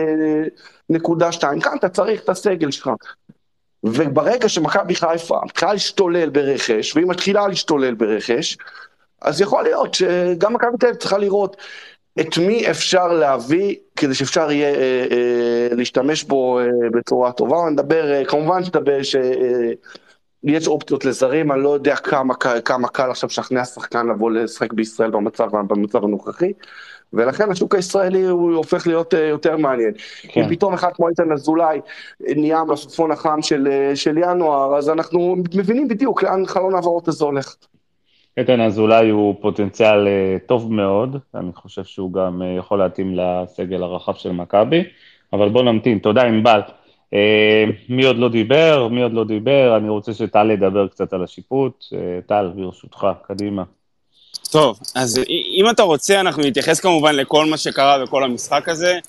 0.2, כאן אתה צריך את הסגל שלך. וברגע שמכבי חיפה מתחילה להשתולל ברכש, והיא מתחילה להשתולל ברכש, אז יכול להיות שגם מכבי תל אביב צריכה לראות את מי אפשר להביא, כדי שאפשר יהיה להשתמש בו בצורה טובה. כמובן שתדבר שיש אופציות לזרים, אני לא יודע כמה קל עכשיו שכנע שחקן לבוא לשחק בישראל במצב הנוכחי, ולכן השוק הישראלי הוא הופך להיות יותר מעניין. כן. אם פתאום אחד כמו איתן אזולאי נהיה מלפפון החם של ינואר, אז אנחנו מבינים בדיוק לאן חלון העברות הזה הולך. איתן אזולאי הוא פוטנציאל טוב מאוד, אני חושב שהוא גם יכול להתאים לסגל הרחב של מכבי, אבל בוא נמתין. תודה ענבל. מי עוד לא דיבר? אני רוצה שטל ידבר קצת על השיפוט. טל, ברשותך, קדימה. טוב, אז אם אתה רוצה, אנחנו נתייחס כמובן לכל מה שקרה בכל המשחק הזה,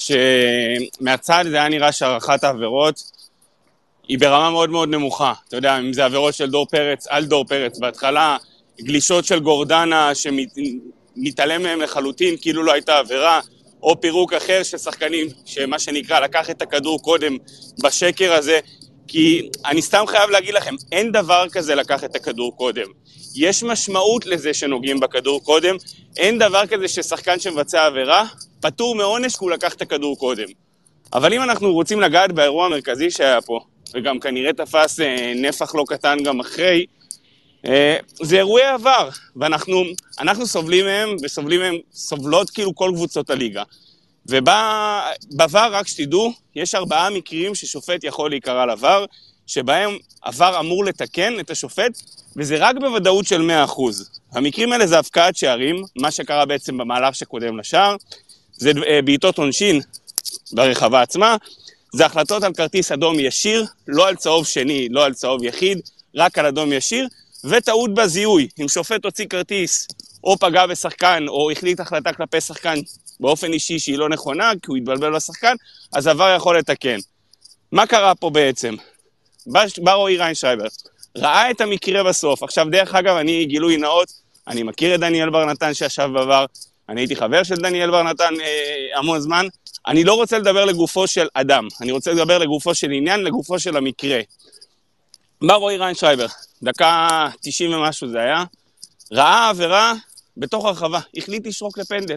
שמהצד זה היה נראה שערכת העבירות היא ברמה מאוד מאוד נמוכה. אתה יודע, אם זה עבירות של דור פרץ, על דור פרץ, בהתחלה גלישות של גורדנה שמתעלם מהם לחלוטין, כאילו לא הייתה עבירה, או פירוק אחר של שחקנים, שמה שנקרא, לקח את הכדור קודם בשקר הזה, כי אני סתם חייב להגיד לכם, אין דבר כזה לקח את הכדור קודם. יש משמעות לזה שנוגעים בכדור קודם, אין דבר כזה ששחקן שמבצע עבירה, פטור מעונש כי הוא לקח את הכדור קודם. אבל אם אנחנו רוצים לגעת באירוע המרכזי שהיה פה, וגם כנראה תפס נפח לא קטן גם אחרי, זה אירועי עבר, ואנחנו סובלים מהם, סובלות כאילו כל קבוצות הליגה. ובעבר, רק שתדעו, יש 4 מקרים ששופט יכול להיקרא לעבר, שבהם עבר אמור לתקן את השופט, וזה רק בוודאות של 100%. המקרים האלה זה הפקעת שערים, מה שקרה בעצם במהלך שקודם לשער, זה בעיטות עונשין ברחבה עצמה, זה החלטות על כרטיס אדום ישיר, לא על צהוב שני, לא על צהוב יחיד, רק על אדום ישיר, וטעות בזיהוי. אם שופט הוציא כרטיס, או פגע בשחקן, או החליט החלטה כלפי שחקן באופן אישי שהיא לא נכונה, כי הוא התבלבל בשחקן, אז עבר יכול לתקן. מה קרה פה בעצם? בא רועי ריינשרייבר, ראה את המקרה בסוף. עכשיו, דרך אגב, אני גילוי נאות, אני מכיר את דניאל בר נתן שישב בעבר, אני הייתי חבר של דניאל בר נתן המון זמן, אני לא רוצה לדבר לגופו של אדם, אני רוצה לדבר לגופו של עניין, לגופו של המקרה. בא רועי ריינשרייבר, דקה 90 ומשהו זה היה, ראה עבירה בתוך הרחבה, החליט לשרוק לפנדל.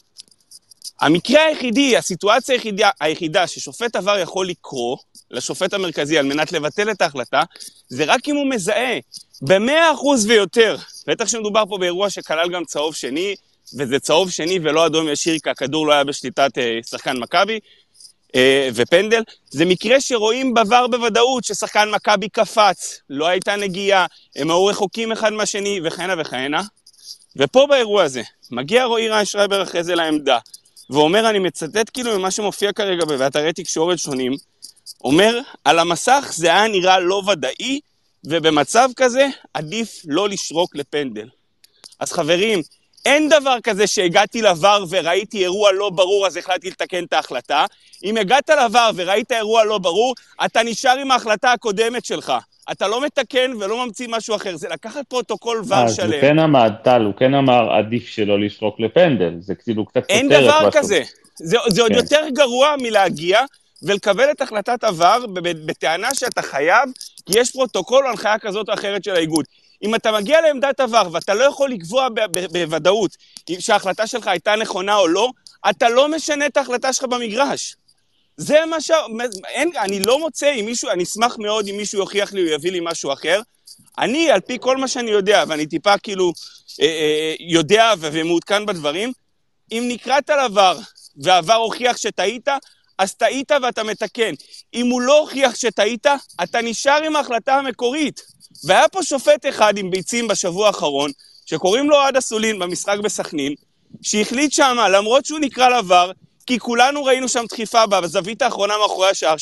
המקרה היחידי, הסיטואציה היחידה ששופט עבר יכול לקרוא לשופט המרכזי על מנת לבטל את ההחלטה, זה רק אם הוא מזהה ב100% ויותר. בטח שמדובר פה באירוע שכלל גם צהוב שני, וזה צהוב שני ולא אדום ישיר, כי הכדור לא היה בשליטת שחקן מכבי, ופנדל. זה מקרה שרואים בעבר בוודאות ששחקן מכבי קפץ, לא הייתה נגיעה, הם היו רחוקים אחד מהשני וכהנה וכהנה. ופה באירוע הזה, מגיע רועי ריינשרייבר אחרי זה לעמדה, ואומר, אני מצטט כאילו ממה שמופיע כרגע באתרי תקשורת שונים, אומר, על המסך זה היה נראה לא ודאי, ובמצב כזה עדיף לא לשרוק לפנדל. אז חברים, אין דבר כזה שהגעתי לבר וראיתי אירוע לא ברור, אז החלטתי לתקן את ההחלטה. אם הגעת לבר וראית אירוע לא ברור, אתה נשאר עם ההחלטה הקודמת שלך. אתה לא מתקן ולא ממציא משהו אחר, זה לקחת פרוטוקול ור שלם. אז הוא כן עמד, טל, הוא כן אמר, עדיף שלא לשרוק לפנדל, זה כאילו קצת אין דבר כזה, זה עוד יותר גרוע מלהגיע ולקבל את החלטת עבר בטענה שאתה חייב, כי יש פרוטוקול או הנחיה כזאת או אחרת של האיגוד. אם אתה מגיע לעמדת עבר ואתה לא יכול לקבוע בוודאות שההחלטה שלך הייתה נכונה או לא, אתה לא משנה את ההחלטה שלך במגרש. זה מה אני לא מוצא אם מישהו, אני אשמח מאוד אם מישהו יוכיח לי או יביא לי משהו אחר. אני, על פי כל מה שאני יודע, ואני טיפה כאילו יודע ומעודכן בדברים, אם נקראת לעבר והעבר הוכיח שטעית, אז טעית ואתה מתקן. אם הוא לא הוכיח שטעית, אתה נשאר עם ההחלטה המקורית. והיה פה שופט אחד עם ביצים בשבוע האחרון, שקוראים לו עד הסולין במשחק בסכנין, שהחליט שמה, למרות שהוא נקרא לעבר, כי כולנו ראינו שם דחיפה בזווית האחרונה מאחורי השער שם,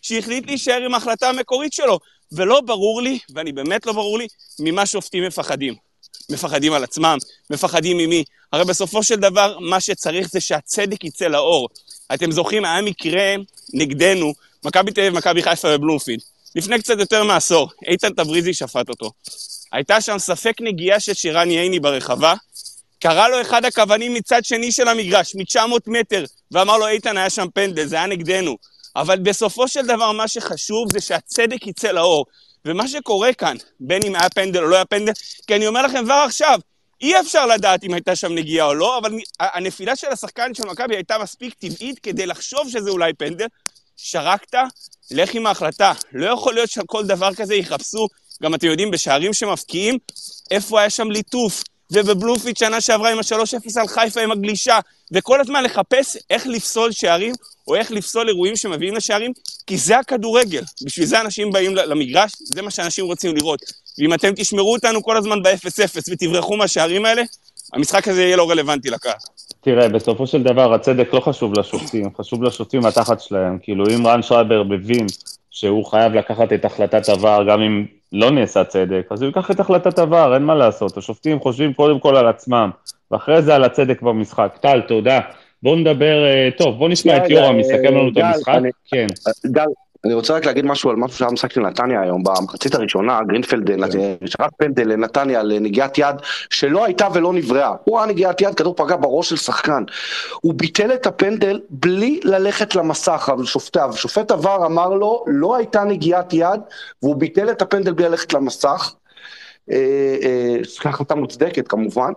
שהחליט להישאר עם ההחלטה המקורית שלו, ולא ברור לי, ואני באמת לא ברור לי, ממה שופטים מפחדים. מפחדים על עצמם, מפחדים ממי. הרי בסופו של דבר, מה שצריך זה שהצדק יצא לאור. אתם זוכרים, היה מקרה נגדנו, מכבי תל אביב, מכבי חיפה ובלומפילד. לפני קצת יותר מעשור, איתן תבריזי שפט אותו. הייתה שם ספק נגיעה של שירן ייני ברחבה, קרא לו אחד הכוונים מצד שני של המגרש, מ-900 מטר, ואמר לו, איתן, היה שם פנדל, זה היה נגדנו. אבל בסופו של דבר, מה שחשוב זה שהצדק יצא לאור. ומה שקורה כאן, בין אם היה פנדל או לא היה פנדל, כי אני אומר לכם כבר עכשיו, אי אפשר לדעת אם הייתה שם נגיעה או לא, אבל הנפילה של השחקן של מכבי הייתה מספיק טבעית כדי לחשוב שזה אולי פנדל. שרקת, לך עם ההחלטה. לא יכול להיות שכל דבר כזה יחפשו, גם אתם יודעים, בשערים שמפקיעים, איפה היה שם ליטוף, ובבלומפילד שנה שעברה עם ה-3-0 על חיפה עם הגלישה, וכל הזמן לחפש איך לפסול שערים, או איך לפסול אירועים שמביאים לשערים, כי זה הכדורגל. בשביל זה אנשים באים למגרש, זה מה שאנשים רוצים לראות. ואם אתם תשמרו אותנו כל הזמן ב-0-0 ותברחו מהשערים האלה, המשחק הזה יהיה לא רלוונטי לקהל. תראה, בסופו של דבר הצדק לא חשוב לשופטים, חשוב לשופטים התחת שלהם. כאילו אם רן שרייבר מבין שהוא חייב לקחת את החלטת עבר, גם אם לא נעשה צדק, אז הוא ייקח את החלטת עבר, אין מה לעשות. השופטים חושבים קודם כל על עצמם, ואחרי זה על הצדק במשחק. טל, תודה. בואו נדבר, טוב, בואו נשמע את יורם, מסכם לנו את המשחק. כן. גל, אני רוצה רק להגיד משהו על משהו שהיה המשחק של נתניה היום, במחצית הראשונה, גרינפלד שרק פנדל לנתניה לנגיעת יד, שלא הייתה ולא נבראה. הוא היה נגיעת יד, כדור פגע בראש של שחקן. הוא ביטל את הפנדל בלי ללכת למסך, אבל שופט עבר אמר לו, לא הייתה נגיעת יד, והוא ביטל את הפנדל בלי ללכת למסך. ככה אתה מוצדקת כמובן.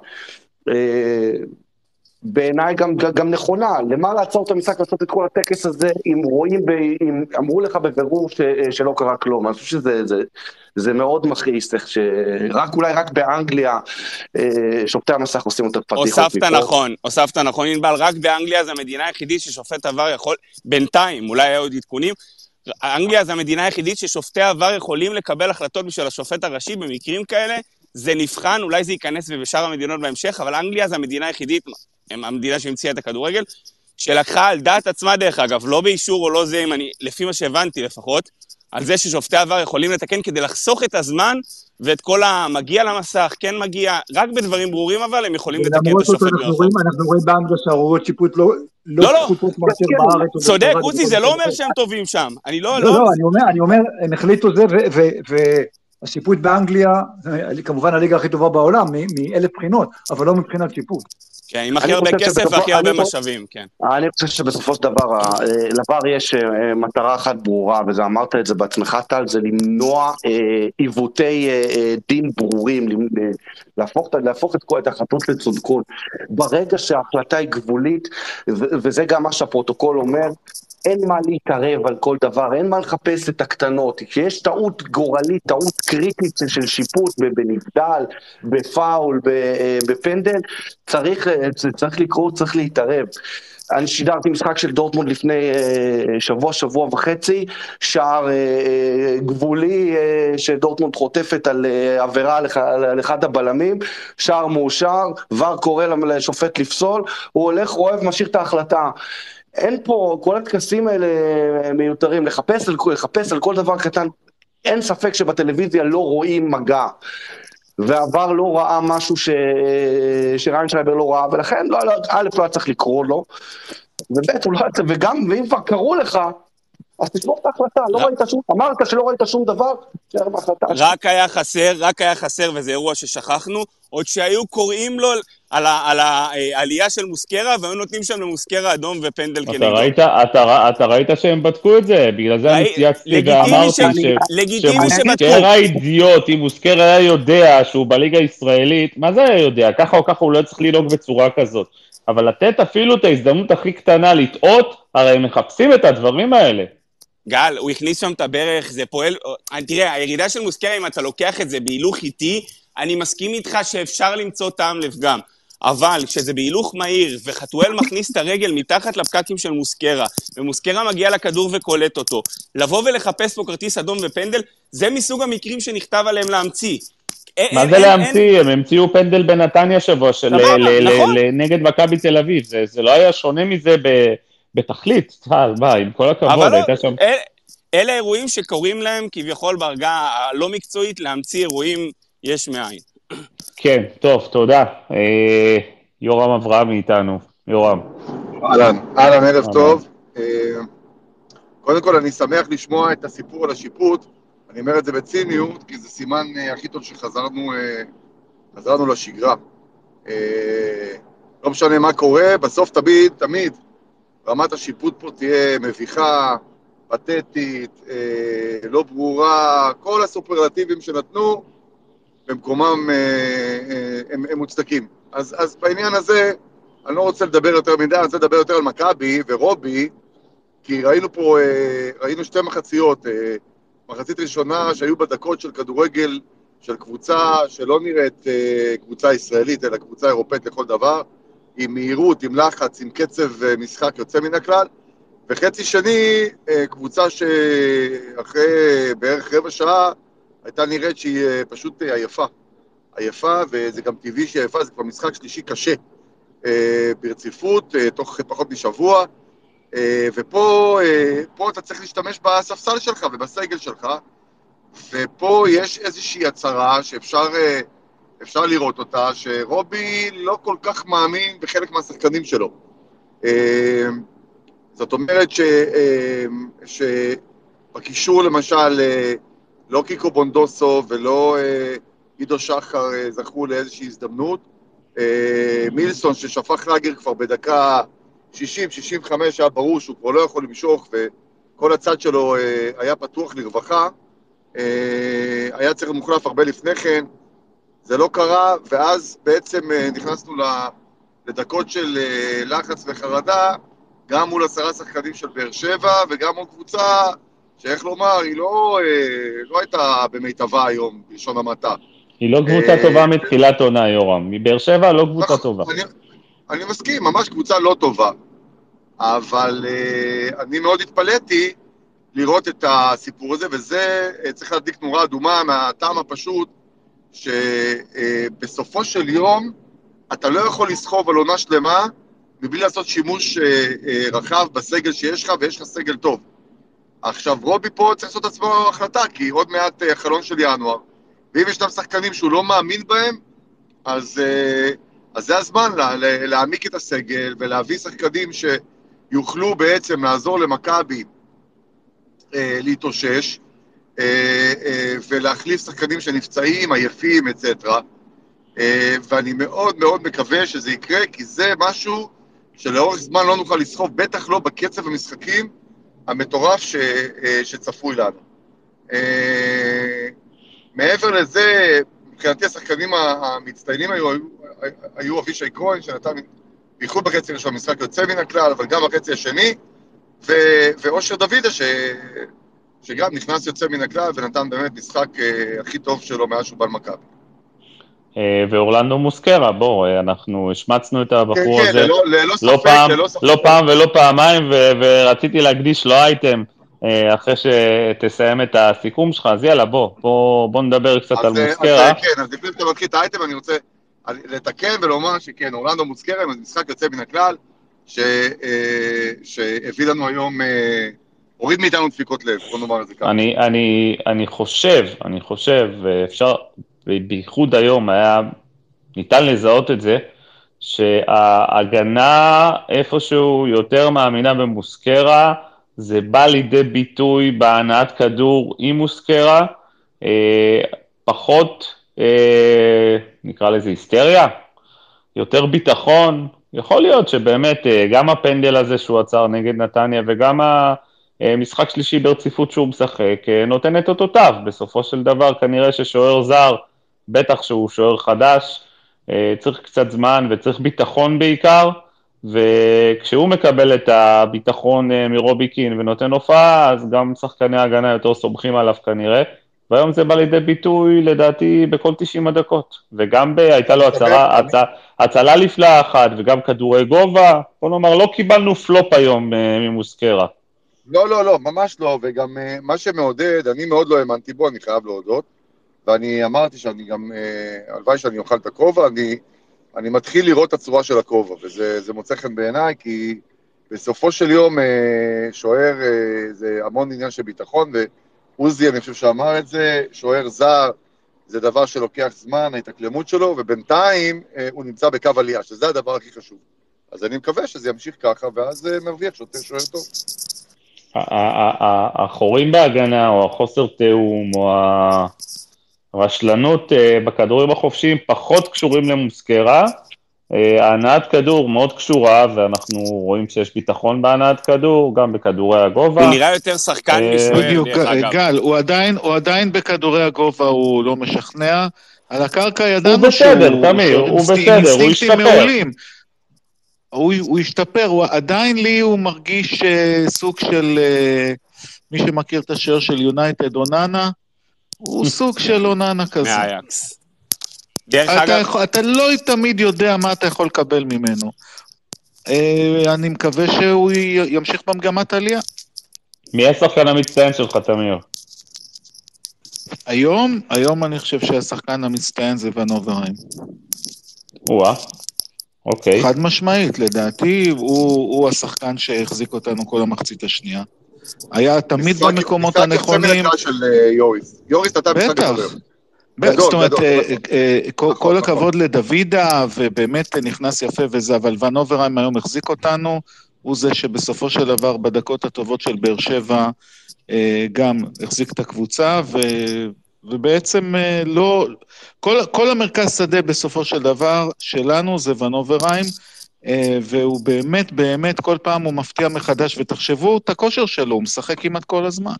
בעיניי גם נכונה, למה לעצור את המשחק לעשות את כל הטקס הזה, אם רואים, אם אמרו לך בבירור שלא קרה כלום, אני חושב שזה מאוד מכעיס, אולי רק באנגליה שופטי המסך עושים יותר פתיחות. הוספת נכון, אינבל, רק באנגליה זה המדינה היחידית ששופט עבר יכול, בינתיים, אולי היה עוד עדכונים, אנגליה זה המדינה היחידית ששופטי עבר יכולים לקבל החלטות בשביל השופט הראשי במקרים כאלה, זה נבחן, אולי זה ייכנס ובשאר המדינות בהמשך, אבל אנגליה זה המדינה היחידית, המדינה שהמציאה את הכדורגל, שלקחה על דעת עצמה דרך אגב, לא באישור או לא זה, לפי מה שהבנתי לפחות, על זה ששופטי עבר יכולים לתקן כדי לחסוך את הזמן, ואת כל המגיע למסך, כן מגיע, רק בדברים ברורים אבל הם יכולים לתקן את השופט מרחוק. אנחנו רואים באנגליה שהרואות שיפוט לא שיפוט מאשר בארץ. צודק, עוזי, זה לא אומר שהם טובים שם. אני אומר, הם החליטו זה, השיפוט באנגליה, כמובן הליגה הכי טובה בעולם, מאלף בחינות, אבל לא מבחינת שיפוט. כן, עם הכי הרבה כסף והכי הרבה משאבים, כן. אני חושב שבסופו של דבר, לבר יש מטרה אחת ברורה, וזה אמרת את זה בעצמך, טל, זה למנוע עיוותי דין ברורים, להפוך את החלטות לצודקות. ברגע שההחלטה היא גבולית, וזה גם מה שהפרוטוקול אומר, אין מה להתערב על כל דבר, אין מה לחפש את הקטנות, כשיש טעות גורלית, טעות קריטית של שיפוט בנבדל, בפאול, בפנדל, צריך לקרות, צריך להתערב. אני שידרתי משחק של דורטמונד לפני שבוע וחצי, שער גבולי שדורטמונד חוטפת על עבירה על אחד הבלמים, שער מאושר, ור קורא לשופט לפסול, הוא הולך, רואה ומשאיר את ההחלטה. אין פה, כל התקסים האלה מיותרים, לחפש על כל דבר קטן, אין ספק שבטלוויזיה לא רואים מגע, ועבר לא ראה משהו שריין שרייבר לא ראה, ולכן א' לא היה צריך לקרוא לו, וב' הוא לא היה צריך, וגם, ואם כבר קראו לך, אז תשמור את ההחלטה, לא ראית שום, אמרת שלא ראית שום דבר, רק היה חסר, וזה אירוע ששכחנו, עוד שהיו קוראים לו על העלייה של מוסקרה, והיו נותנים שם למוסקרה אדום ופנדל כנגדו. אתה ראית שהם בדקו את זה, בגלל זה אני צייצתי ואמרתי שמוסקרה אידיוט, אם מוסקרה היה יודע שהוא בליגה הישראלית, מה זה היה יודע? ככה או ככה הוא לא צריך לנהוג בצורה כזאת. אבל לתת אפילו את ההזדמנות הכי קטנה לטעות, הרי הם מחפשים את הדברים האלה. גל, הוא הכניס שם את הברך, זה פועל, תראה, הירידה של מוסקרה, אם אתה לוקח את זה בהילוך איטי, אני מסכים איתך שאפשר למצוא טעם לפגם, אבל כשזה בהילוך מהיר, וחתואל מכניס את הרגל מתחת לפקקים של מוסקרה, ומוסקרה מגיע לכדור וקולט אותו, לבוא ולחפש פה כרטיס אדום ופנדל, זה מסוג המקרים שנכתב עליהם להמציא. מה זה להמציא? הם המציאו פנדל בנתניה שבוע נגד מכבי תל אביב, זה לא היה שונה מזה בתכלית, עם כל הכבוד, הייתה שם... אלה אירועים שקוראים להם כביכול בהרגעה הלא מקצועית להמציא אירועים יש מאין. כן, טוב, תודה. יורם אברהם איתנו. יורם. אהלן, ערב אהלן. טוב. קודם כל, אני שמח לשמוע את הסיפור על השיפוט. אני אומר את זה בציניות, כי זה סימן הכי טוב שחזרנו לשגרה. לא משנה מה קורה, בסוף תמיד, רמת השיפוט פה תהיה מביכה, פתטית, לא ברורה, כל הסופרלטיבים שנתנו, במקומם הם מוצדקים. אז בעניין הזה, אני לא רוצה לדבר יותר מדי, אני רוצה לדבר יותר על מכבי ורובי, כי ראינו שתי מחציות, מחצית ראשונה שהיו בדקות של כדורגל, של קבוצה שלא נראית קבוצה ישראלית, אלא קבוצה אירופאית לכל דבר, עם מהירות, עם לחץ, עם קצב משחק יוצא מן הכלל, וחצי שני, קבוצה שאחרי בערך רבע שעה, הייתה נראית שהיא פשוט עייפה, וזה גם טבעי שהיא עייפה, זה כבר משחק שלישי קשה, ברציפות, תוך פחות משבוע, ופה אתה צריך להשתמש בספסל שלך ובסגל שלך, ופה יש איזושהי הצהרה שאפשר לראות אותה, שרובי לא כל כך מאמין בחלק מהשחקנים שלו. זאת אומרת שבקישור למשל, לא קיקו בונדוסו ולא עידו שחר זכו לאיזושהי הזדמנות. מילסון ששפך רגר כבר בדקה 60-65 היה ברור שהוא כבר לא יכול למשוך, וכל הצד שלו היה פתוח לרווחה. היה צריך מוחלף הרבה לפני כן, זה לא קרה, ואז בעצם נכנסנו לדקות של לחץ וחרדה, גם מול 10 שחקנים של באר שבע, וגם מול קבוצה שאיך לומר, היא לא הייתה במיטבה היום, בלשון המעטה. היא לא קבוצה טובה מתחילת עונה, יורם. מבאר שבע לא קבוצה טובה. אני מסכים, ממש קבוצה לא טובה. אבל אני מאוד התפלאתי לראות את הסיפור הזה, וזה צריך להדליק נורה אדומה מהטעם הפשוט, שבסופו של יום אתה לא יכול לסחוב על עונה שלמה, מבלי לעשות שימוש רחב בסגל שיש לך, ויש לך סגל טוב. עכשיו, רובי פה צריך לעשות עצמו החלטה, כי עוד מעט חלון של ינואר, ואם ישנם שחקנים שהוא לא מאמין בהם, אז זה הזמן להעמיק את הסגל, ולהביא שחקנים שיוכלו בעצם לעזור למכבי להתאושש, ולהחליף שחקנים שנפצעים, עייפים, אצטרה. ואני מאוד מאוד מקווה שזה יקרה, כי זה משהו שלאורך זמן לא נוכל לסחוב, בטח לא בקצב המשחקים המטורף שצפוי לנו. מעבר לזה, מבחינתי השחקנים המצטיינים היו אבישי כהן, שנתן בייחוד בחצי ראשון משחק יוצא מן הכלל, אבל גם בחצי השני, ואושר דוידה שגם נכנס יוצא מן הכלל ונתן באמת משחק הכי טוב שלו מאז שהוא בא למכבי. ואורלנדו מוסקרה, בוא, אנחנו השמצנו את הבחור כן, הזה לא פעם ולא פעמיים, ורציתי להקדיש לו אייטם אחרי שתסיים את הסיכום שלך, אז יאללה, בוא נדבר קצת על מוסקרה. כן, אז לפני שאתה מתחיל את האייטם, אני רוצה לתקן ולומר שכן, אורלנדו מוסקרה, משחק יוצא מן הכלל, שהביא לנו היום, הוריד מאיתנו דפיקות לב, בוא נאמר את זה ככה. אני חושב, ואפשר, בייחוד היום היה ניתן לזהות את זה, שההגנה איפשהו יותר מאמינה במוסקרה, זה בא לידי ביטוי בהנעת כדור עם מוסקרה, פחות, נקרא לזה היסטריה, יותר ביטחון, יכול להיות שבאמת גם הפנדל הזה שהוא עצר נגד נתניה, וגם המשחק שלישי ברציפות שהוא משחק, נותן את אותותיו, בסופו של דבר כנראה ששוער זר, בטח שהוא שוער חדש, צריך קצת זמן וצריך ביטחון בעיקר, וכשהוא מקבל את הביטחון מרובי קין ונותן הופעה, אז גם שחקני ההגנה יותר סומכים עליו כנראה, והיום זה בא לידי ביטוי לדעתי בכל 90 הדקות, וגם הייתה לו הצלה לפלאה אחת, וגם כדורי גובה, בוא נאמר, לא קיבלנו פלופ היום ממוסקרה. לא, ממש לא, וגם מה שמעודד, אני מאוד לא האמנתי בו, אני חייב להודות, ואני אמרתי שאני גם, הלוואי שאני אוכל את הכובע, אני מתחיל לראות את הצורה של הכובע, וזה מוצא חן בעיניי, כי בסופו של יום, שוער זה המון עניין של ביטחון, ועוזי, אני חושב שאמר את זה, שוער זר, זה דבר שלוקח זמן, ההתאקלמות שלו, ובינתיים הוא נמצא בקו עלייה, שזה הדבר הכי חשוב. אז אני מקווה שזה ימשיך ככה, ואז מרוויח שוער טוב. החורים בהגנה, או החוסר תאום, או הרשלנות בכדורים החופשיים, פחות קשורים למוסקרה, ההנעת כדור מאוד קשורה, ואנחנו רואים שיש ביטחון בהנעת כדור, גם בכדורי הגובה. הוא נראה יותר שחקן משוער, דרך אגב. גל, הוא עדיין בכדורי הגובה, הוא לא משכנע. על הקרקע ידענו הוא בסדר, תמיר, הוא בסדר, הוא ישתפר. הוא ישתפר, עדיין לי הוא מרגיש סוג של, מי שמכיר את השיר של יונייטד אוננה, הוא סוג של אוננה כזה. מהאייקס. דרך אגב... אתה לא תמיד יודע מה אתה יכול לקבל ממנו. אני מקווה שהוא ימשיך במגמת עלייה. מי השחקן המצטיין שלך, תמיר? היום אני חושב שהשחקן המצטיין זה ונוברהיים. אוקיי. חד משמעית, לדעתי הוא השחקן שהחזיק אותנו כל המחצית השנייה. היה תמיד במקומות הנכונים. משחק יוצא מן הכלל של יוריס. יוריס אתה משחק גדול. זאת אומרת, כל הכבוד לדוידה, ובאמת נכנס יפה וזה, אבל ונוברהיים היום החזיק אותנו, הוא זה שבסופו של דבר בדקות הטובות של באר שבע גם החזיק את הקבוצה, ובעצם לא, כל המרכז שדה בסופו של דבר שלנו זה ונוברהיים, והוא באמת באמת כל פעם הוא מפתיע מחדש, ותחשבו את הכושר שלו, הוא משחק כמעט כל הזמן.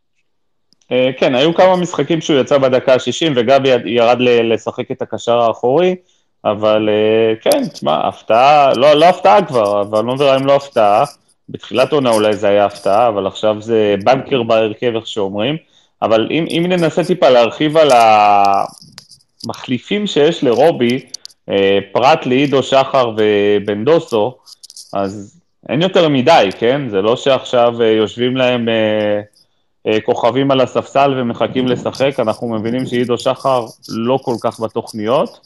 כן, היו כמה משחקים שהוא יצא בדקה ה-60, וגבי ירד לשחק את הקשר האחורי, אבל כן, תשמע, הפתעה, לא הפתעה כבר, אבל נוברהיים לא הפתעה, בתחילת עונה אולי זה היה הפתעה, אבל עכשיו זה בנקר בהרכב, איך שאומרים, אבל אם ננסה טיפה להרחיב על המחליפים שיש לרובי, פרט לעידו שחר ובנדוסו, אז אין יותר מדי, כן? זה לא שעכשיו יושבים להם כוכבים על הספסל ומחכים לשחק, אנחנו מבינים שעידו שחר לא כל כך בתוכניות,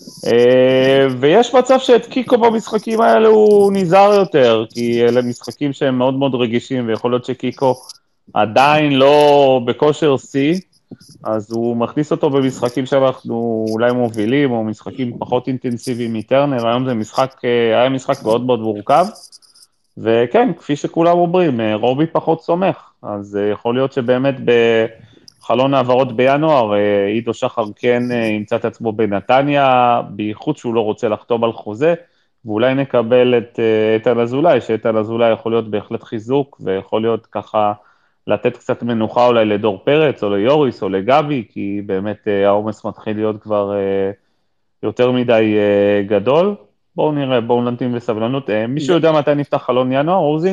ויש מצב שאת קיקו במשחקים האלה הוא נזהר יותר, כי אלה משחקים שהם מאוד מאוד רגישים, ויכול להיות שקיקו עדיין לא בכושר C, אז הוא מכניס אותו במשחקים שאנחנו אולי מובילים, או משחקים פחות אינטנסיביים מטרנר, היום זה היה משחק מאוד מאוד מורכב, וכן, כפי שכולם אומרים, רובי פחות סומך, אז יכול להיות שבאמת בחלון העברות בינואר, עידו שחר כן ימצא את עצמו בנתניה, בייחוד שהוא לא רוצה לחתום על חוזה, ואולי נקבל את איתן אזולאי, שאיתן אזולאי יכול להיות בהחלט חיזוק, ויכול להיות ככה לתת קצת מנוחה אולי לדור פרץ, או ליוריס, או לגבי, כי באמת העומס מתחיל להיות כבר יותר מדי גדול. בואו נראה, בואו נמתין בסבלנות. מישהו יודע מתי נפתח חלון ינואר, עוזי?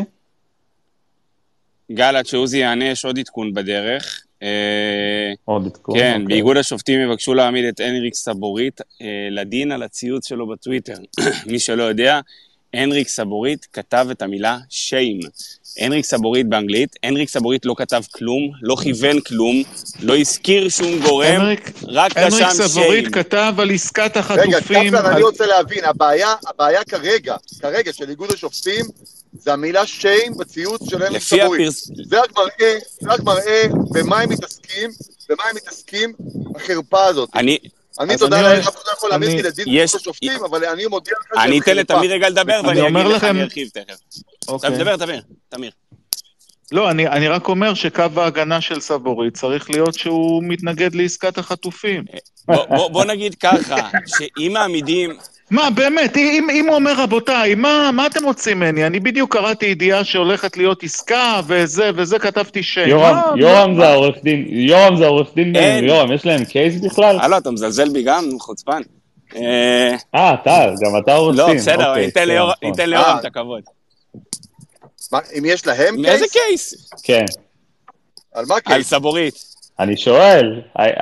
גל, עד שעוזי יענה, יש עוד עדכון בדרך. עוד עדכון, כן, אוקיי. באיגוד השופטים יבקשו להעמיד את הנריק סבורית לדין על הציוץ שלו בטוויטר. מי שלא יודע, הנריק סבורית כתב את המילה שיים. הנריק סבורית באנגלית, הנריק סבורית לא כתב כלום, לא כיוון כלום, לא הזכיר שום גורם, רק רשם שיים. הנריק סבורית כתב על עסקת החטופים. רגע, קפלר, אני רוצה להבין, הבעיה כרגע של איגוד השופטים, זה המילה שיים בציוץ של הנריק סבורית. זה רק מראה במה הם מתעסקים, החרפה הזאת. אני תודה לאל, אף אחד לא יכול להעמיד לדין איגוד השופטים, אבל אני מודיע לך שהם חרפה. אני אתן לתמיר רגע לדבר, ואני אגיד לך, אני ארחיב תכף. דבר, תמיר. לא, אני רק אומר שקו ההגנה של סבורית צריך להיות שהוא מתנגד לעסקת החטופים. בוא נגיד ככה, שאם מעמידים... מה, באמת, אם הוא אומר, רבותיי, מה אתם רוצים ממני? אני בדיוק קראתי ידיעה שהולכת להיות עסקה, וזה כתבתי שם. יורם זה העורך דין, יורם, יש להם קייס בכלל? הלו, אתה מזלזל בי גם, חוצפן. טל, גם אתה עורך דין. לא, בסדר, ניתן ליורם את הכבוד. אם יש להם קייס? מאיזה קייס? כן. על מה קייס? על סבורית. אני שואל.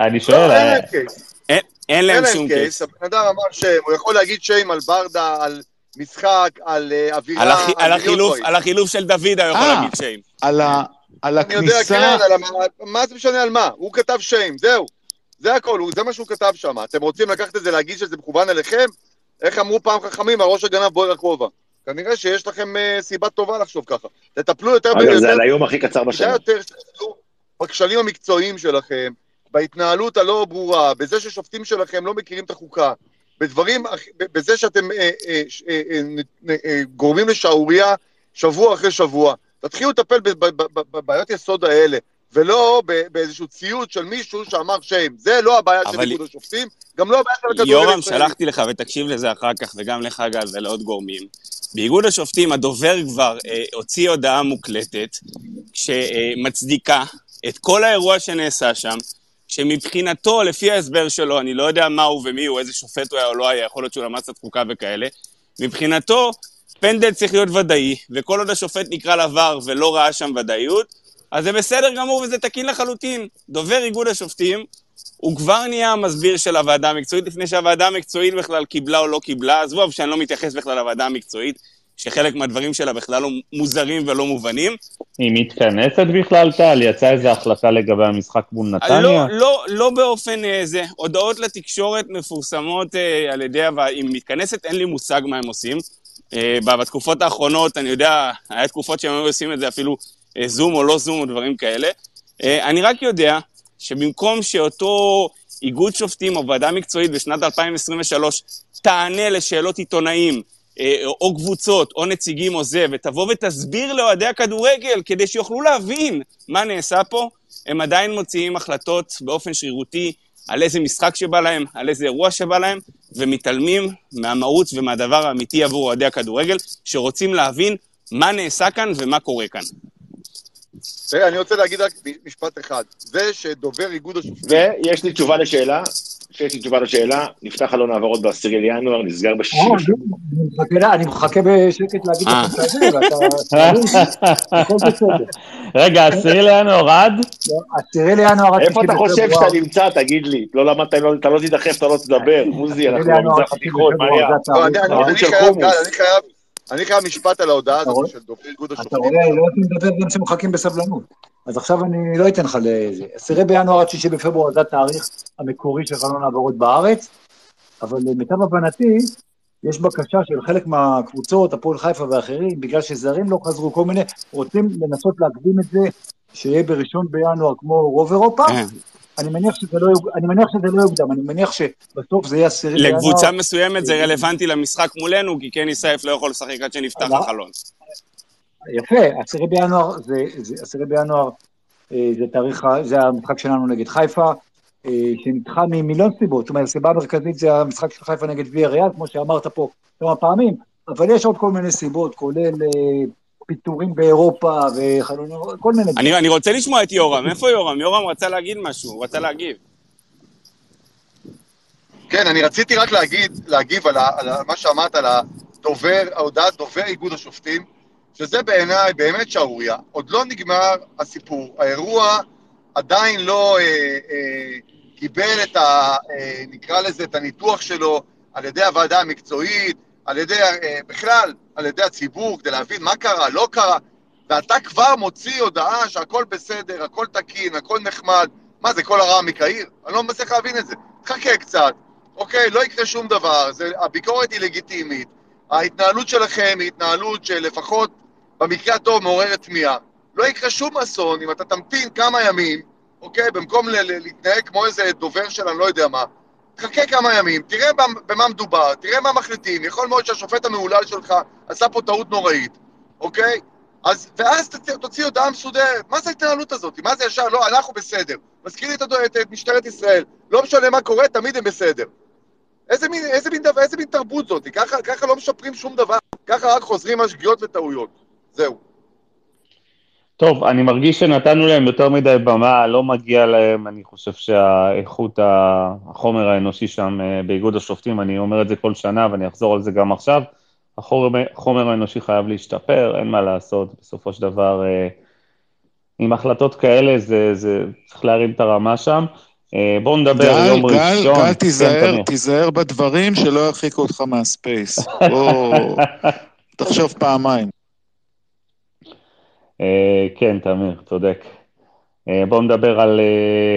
אין להם שום קייס. הבן אדם אמר שהוא יכול להגיד שיים על ברדה, על משחק, על אווירה. על החילוף של דוד הוא יכול להגיד שיים. על הכניסה. אני יודע, כן, מה זה משנה על מה? הוא כתב שיים, זהו. זה הכל, זה מה שהוא כתב שם. אתם רוצים לקחת את זה, להגיד שזה מכוון אליכם? איך אמרו פעם חכמים, הראש הגנב בוער הכובע. כנראה שיש לכם סיבה טובה לחשוב ככה. תטפלו יותר אגב, זה על היום הכי קצר בשנה. כדאי יותר שתטפלו בכשלים המקצועיים שלכם, בהתנהלות הלא ברורה, בזה ששופטים שלכם לא מכירים את החוקה, בזה שאתם גורמים לשעוריה שבוע אחרי שבוע. תתחילו לטפל בבעיות יסוד האלה, ולא באיזשהו ציוד של מישהו שאמר שם. זה לא הבעיה של איגוד השופטים, גם לא הבעיה של הכדורגל הישראלי. יורם, שלחתי לך ותקשיב לזה אחר כך, וגם לך גל ולעוד גורמים. באיגוד השופטים הדובר כבר הוציא הודעה מוקלטת, שמצדיקה את כל האירוע שנעשה שם, שמבחינתו, לפי ההסבר שלו, אני לא יודע מה הוא ומי הוא, איזה שופט הוא היה או לא היה, יכול להיות שהוא למד קצת חוקה וכאלה, מבחינתו, פנדל צריך להיות ודאי, וכל עוד השופט נקרא לעבר ולא ראה שם ודאיות, אז זה בסדר גמור וזה תקין לחלוטין. דובר איגוד השופטים, הוא כבר נהיה המסביר של הוועדה המקצועית, לפני שהוועדה המקצועית בכלל קיבלה או לא קיבלה, עזבו, שאני לא מתייחס בכלל לוועדה המקצועית, שחלק מהדברים שלה בכלל לא מוזרים ולא מובנים. היא מתכנסת בכלל, טל? יצאה איזו החלטה לגבי המשחק מול נתניה? לא באופן זה. הודעות לתקשורת מפורסמות על ידי, אם מתכנסת, אין לי מושג מה הם עושים. בתקופות האחרונות, אני יודע, היה תקופות שהם עושים את זה אפילו זום או לא זום או דברים כאלה. אני רק יודע שבמקום שאותו איגוד שופטים או ועדה מקצועית בשנת 2023 תענה לשאלות עיתונאים, או קבוצות, או נציגים או זה, ותבוא ותסביר לאוהדי הכדורגל, כדי שיוכלו להבין מה נעשה פה, הם עדיין מוציאים החלטות באופן שרירותי, על איזה משחק שבא להם, על איזה אירוע שבא להם, ומתעלמים מהמהות ומהדבר האמיתי עבור אוהדי הכדורגל, שרוצים להבין מה נעשה כאן ומה קורה כאן. תראה, אני רוצה להגיד רק משפט אחד. זה שדובר איגוד השופטים... ויש לי תשובה לשאלה, נפתח חלון העברות ב10 לינואר, נסגר ב6. אני מחכה בשקט להגיד לך את זה, ואתה... רגע, 10 לינואר עד? 10 לינואר עד... איפה אתה חושב שאתה נמצא, תגיד לי? לא למדת, אתה לא תדחף, אתה לא תדבר. מוזי, אנחנו במזרח התיכון, מה היה? אני חייב משפט על ההודעה הזאת של דובר איגוד השופטים. אתה רואה, לא רוצים לדבר גם שמחכים בסבלנות. אז עכשיו אני לא אתן לך לזה. 10 בינואר עד 6 בפברואר זה התאריך המקורי של חלון העברות בארץ, אבל למיטב הבנתי, יש בקשה של חלק מהקבוצות, הפועל חיפה ואחרים, בגלל שזרים לא חזרו כל מיני, רוצים לנסות להקדים את זה, שיהיה בראשון בינואר כמו רוב אירופה, אני מניח שזה לא יוקדם, אני מניח שבסוף זה יהיה 10 בינואר. לקבוצה מסוימת זה רלוונטי למשחק מולנו, כי כן יסייף לא יכול לשחק עד שנפתח החלון. יפה, 10 בינואר זה תאריך, זה המשחק שלנו נגד חיפה, שנדחה ממיליון סיבות, זאת אומרת, הסיבה המרכזית זה המשחק של חיפה נגד ויאריאל, כמו שאמרת פה כמה פעמים, אבל יש עוד כל מיני סיבות, כולל פיתורים באירופה וכל מיני... אני רוצה לשמוע את יורם, איפה יורם? יורם רצה להגיד משהו, הוא רצה להגיב. כן, אני רציתי רק להגיב על מה שאמרת, על ההודעת דובר איגוד השופטים, שזה בעיניי באמת שערוריה. עוד לא נגמר הסיפור, האירוע עדיין לא קיבל נקרא לזה, את הניתוח שלו על ידי הוועדה המקצועית, על ידי, בכלל, על ידי הציבור, כדי להבין מה קרה, לא קרה, ואתה כבר מוציא הודעה שהכל בסדר, הכל תקין, הכל נחמד, מה זה, כל הרע מקהיר? אני לא מצליח להבין את זה. תחכה קצת, אוקיי, לא יקרה שום דבר, הביקורת היא לגיטימית, ההתנהלות שלכם היא התנהלות שלפחות במקרה הטוב מעוררת תמיהה. לא יקרה שום אסון אם אתה תמתין כמה ימים, אוקיי, במקום להתנהג כמו איזה דובר של אני לא יודע מה, תחכה כמה ימים, תראה במה מדובר, תראה מה מחליטים, יכול מאוד שהשופט המעולל שלך עשה פה טעות נוראית, אוקיי? ואז תוציא הודעה מסודרת, מה זה ההתנהלות הזאת? מה זה ישר? לא, אנחנו בסדר. מזכיר לי את משטרת ישראל, לא משנה מה קורה, תמיד הם בסדר. איזה מין תרבות זאת? ככה לא משפרים שום דבר, ככה רק חוזרים על שגיאות וטעויות. זהו. טוב, אני מרגיש שנתנו להם יותר מדי במה, לא מגיע להם, אני חושב שהאיכות החומר האנושי שם באיגוד השופטים, אני אומר את זה כל שנה ואני אחזור על זה גם עכשיו, החומר האנושי חייב להשתפר, אין מה לעשות, בסופו של דבר, עם החלטות כאלה, זה צריך להרים את הרמה שם. בואו נדבר יום ראשון. גל, תיזהר בדברים שלא ירחיקו אותך מהספייס. תחשוב פעמיים. כן, תמיר, צודק. בואו נדבר על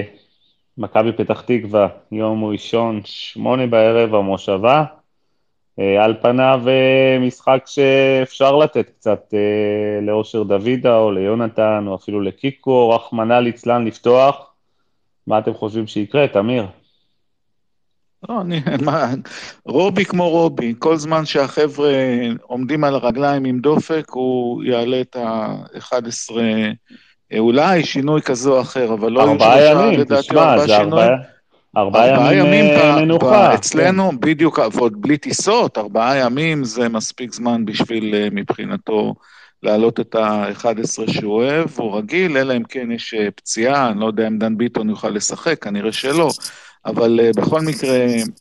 מכבי פתח תקווה, יום ראשון, 8 בערב, המושבה. על פניו משחק שאפשר לתת קצת לאושר דוידה או ליונתן או אפילו לקיקו, רחמנא ליצלן לפתוח. מה אתם חושבים שיקרה, תמיר? לא, רובי כמו רובי, כל זמן שהחבר'ה עומדים על הרגליים עם דופק, הוא יעלה את ה-11, אולי שינוי כזה או אחר, אבל לא יהיו 3, ימים, לדעתי, תשמע, 4 שינויים. 4 ימים מנוחה. אצלנו, כן. בדיוק, ועוד בלי טיסות, 4 ימים זה מספיק זמן בשביל מבחינתו להעלות את ה-11 שהוא אוהב, הוא רגיל, אלא אם כן יש פציעה, אני לא יודע אם דן ביטון יוכל לשחק, כנראה שלא, אבל בכל מקרה,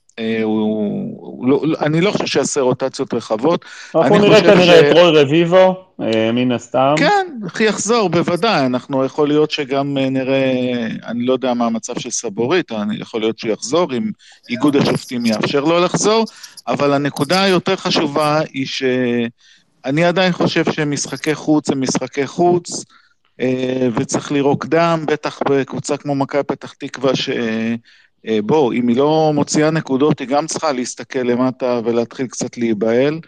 אני לא חושב שיעשה רוטציות רחבות. אנחנו נראה כנראה את רוי רביבו, מן הסתם. כן, יחזור, בוודאי, אנחנו יכול להיות שגם נראה, אני לא יודע מה המצב של סבורית, יכול להיות שהוא יחזור, אם איגוד השופטים יאפשר לו לחזור, אבל הנקודה היותר חשובה היא שאני עדיין חושב שמשחקי חוץ הם משחקי חוץ, וצריך לירוק דם, בטח בקבוצה כמו מכבי פתח תקווה בוא, אם היא לא מוציאה נקודות, היא גם צריכה להסתכל למטה ולהתחיל קצת להיבהל,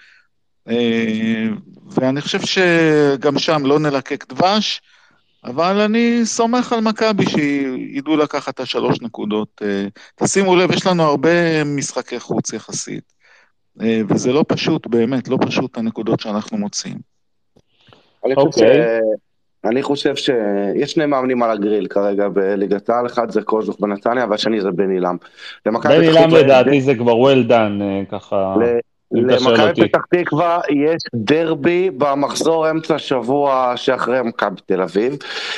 ואני חושב שגם שם לא נלקק דבש, אבל אני סומך על מכבי שידעו לקחת את 3 נקודות. תשימו לב, יש לנו הרבה משחקי חוץ יחסית, וזה לא פשוט, באמת, לא פשוט הנקודות שאנחנו מוצאים. אני חושב שיש 2 מאמנים על הגריל כרגע בליגת העל, אחד זה קוז'וך בנתניה, והשני זה בן אילם. בן אילם לדעתי זה כבר well done, ככה... למכבי פתח תקווה יש דרבי במחזור אמצע שבוע שאחרי מכבי תל אביב.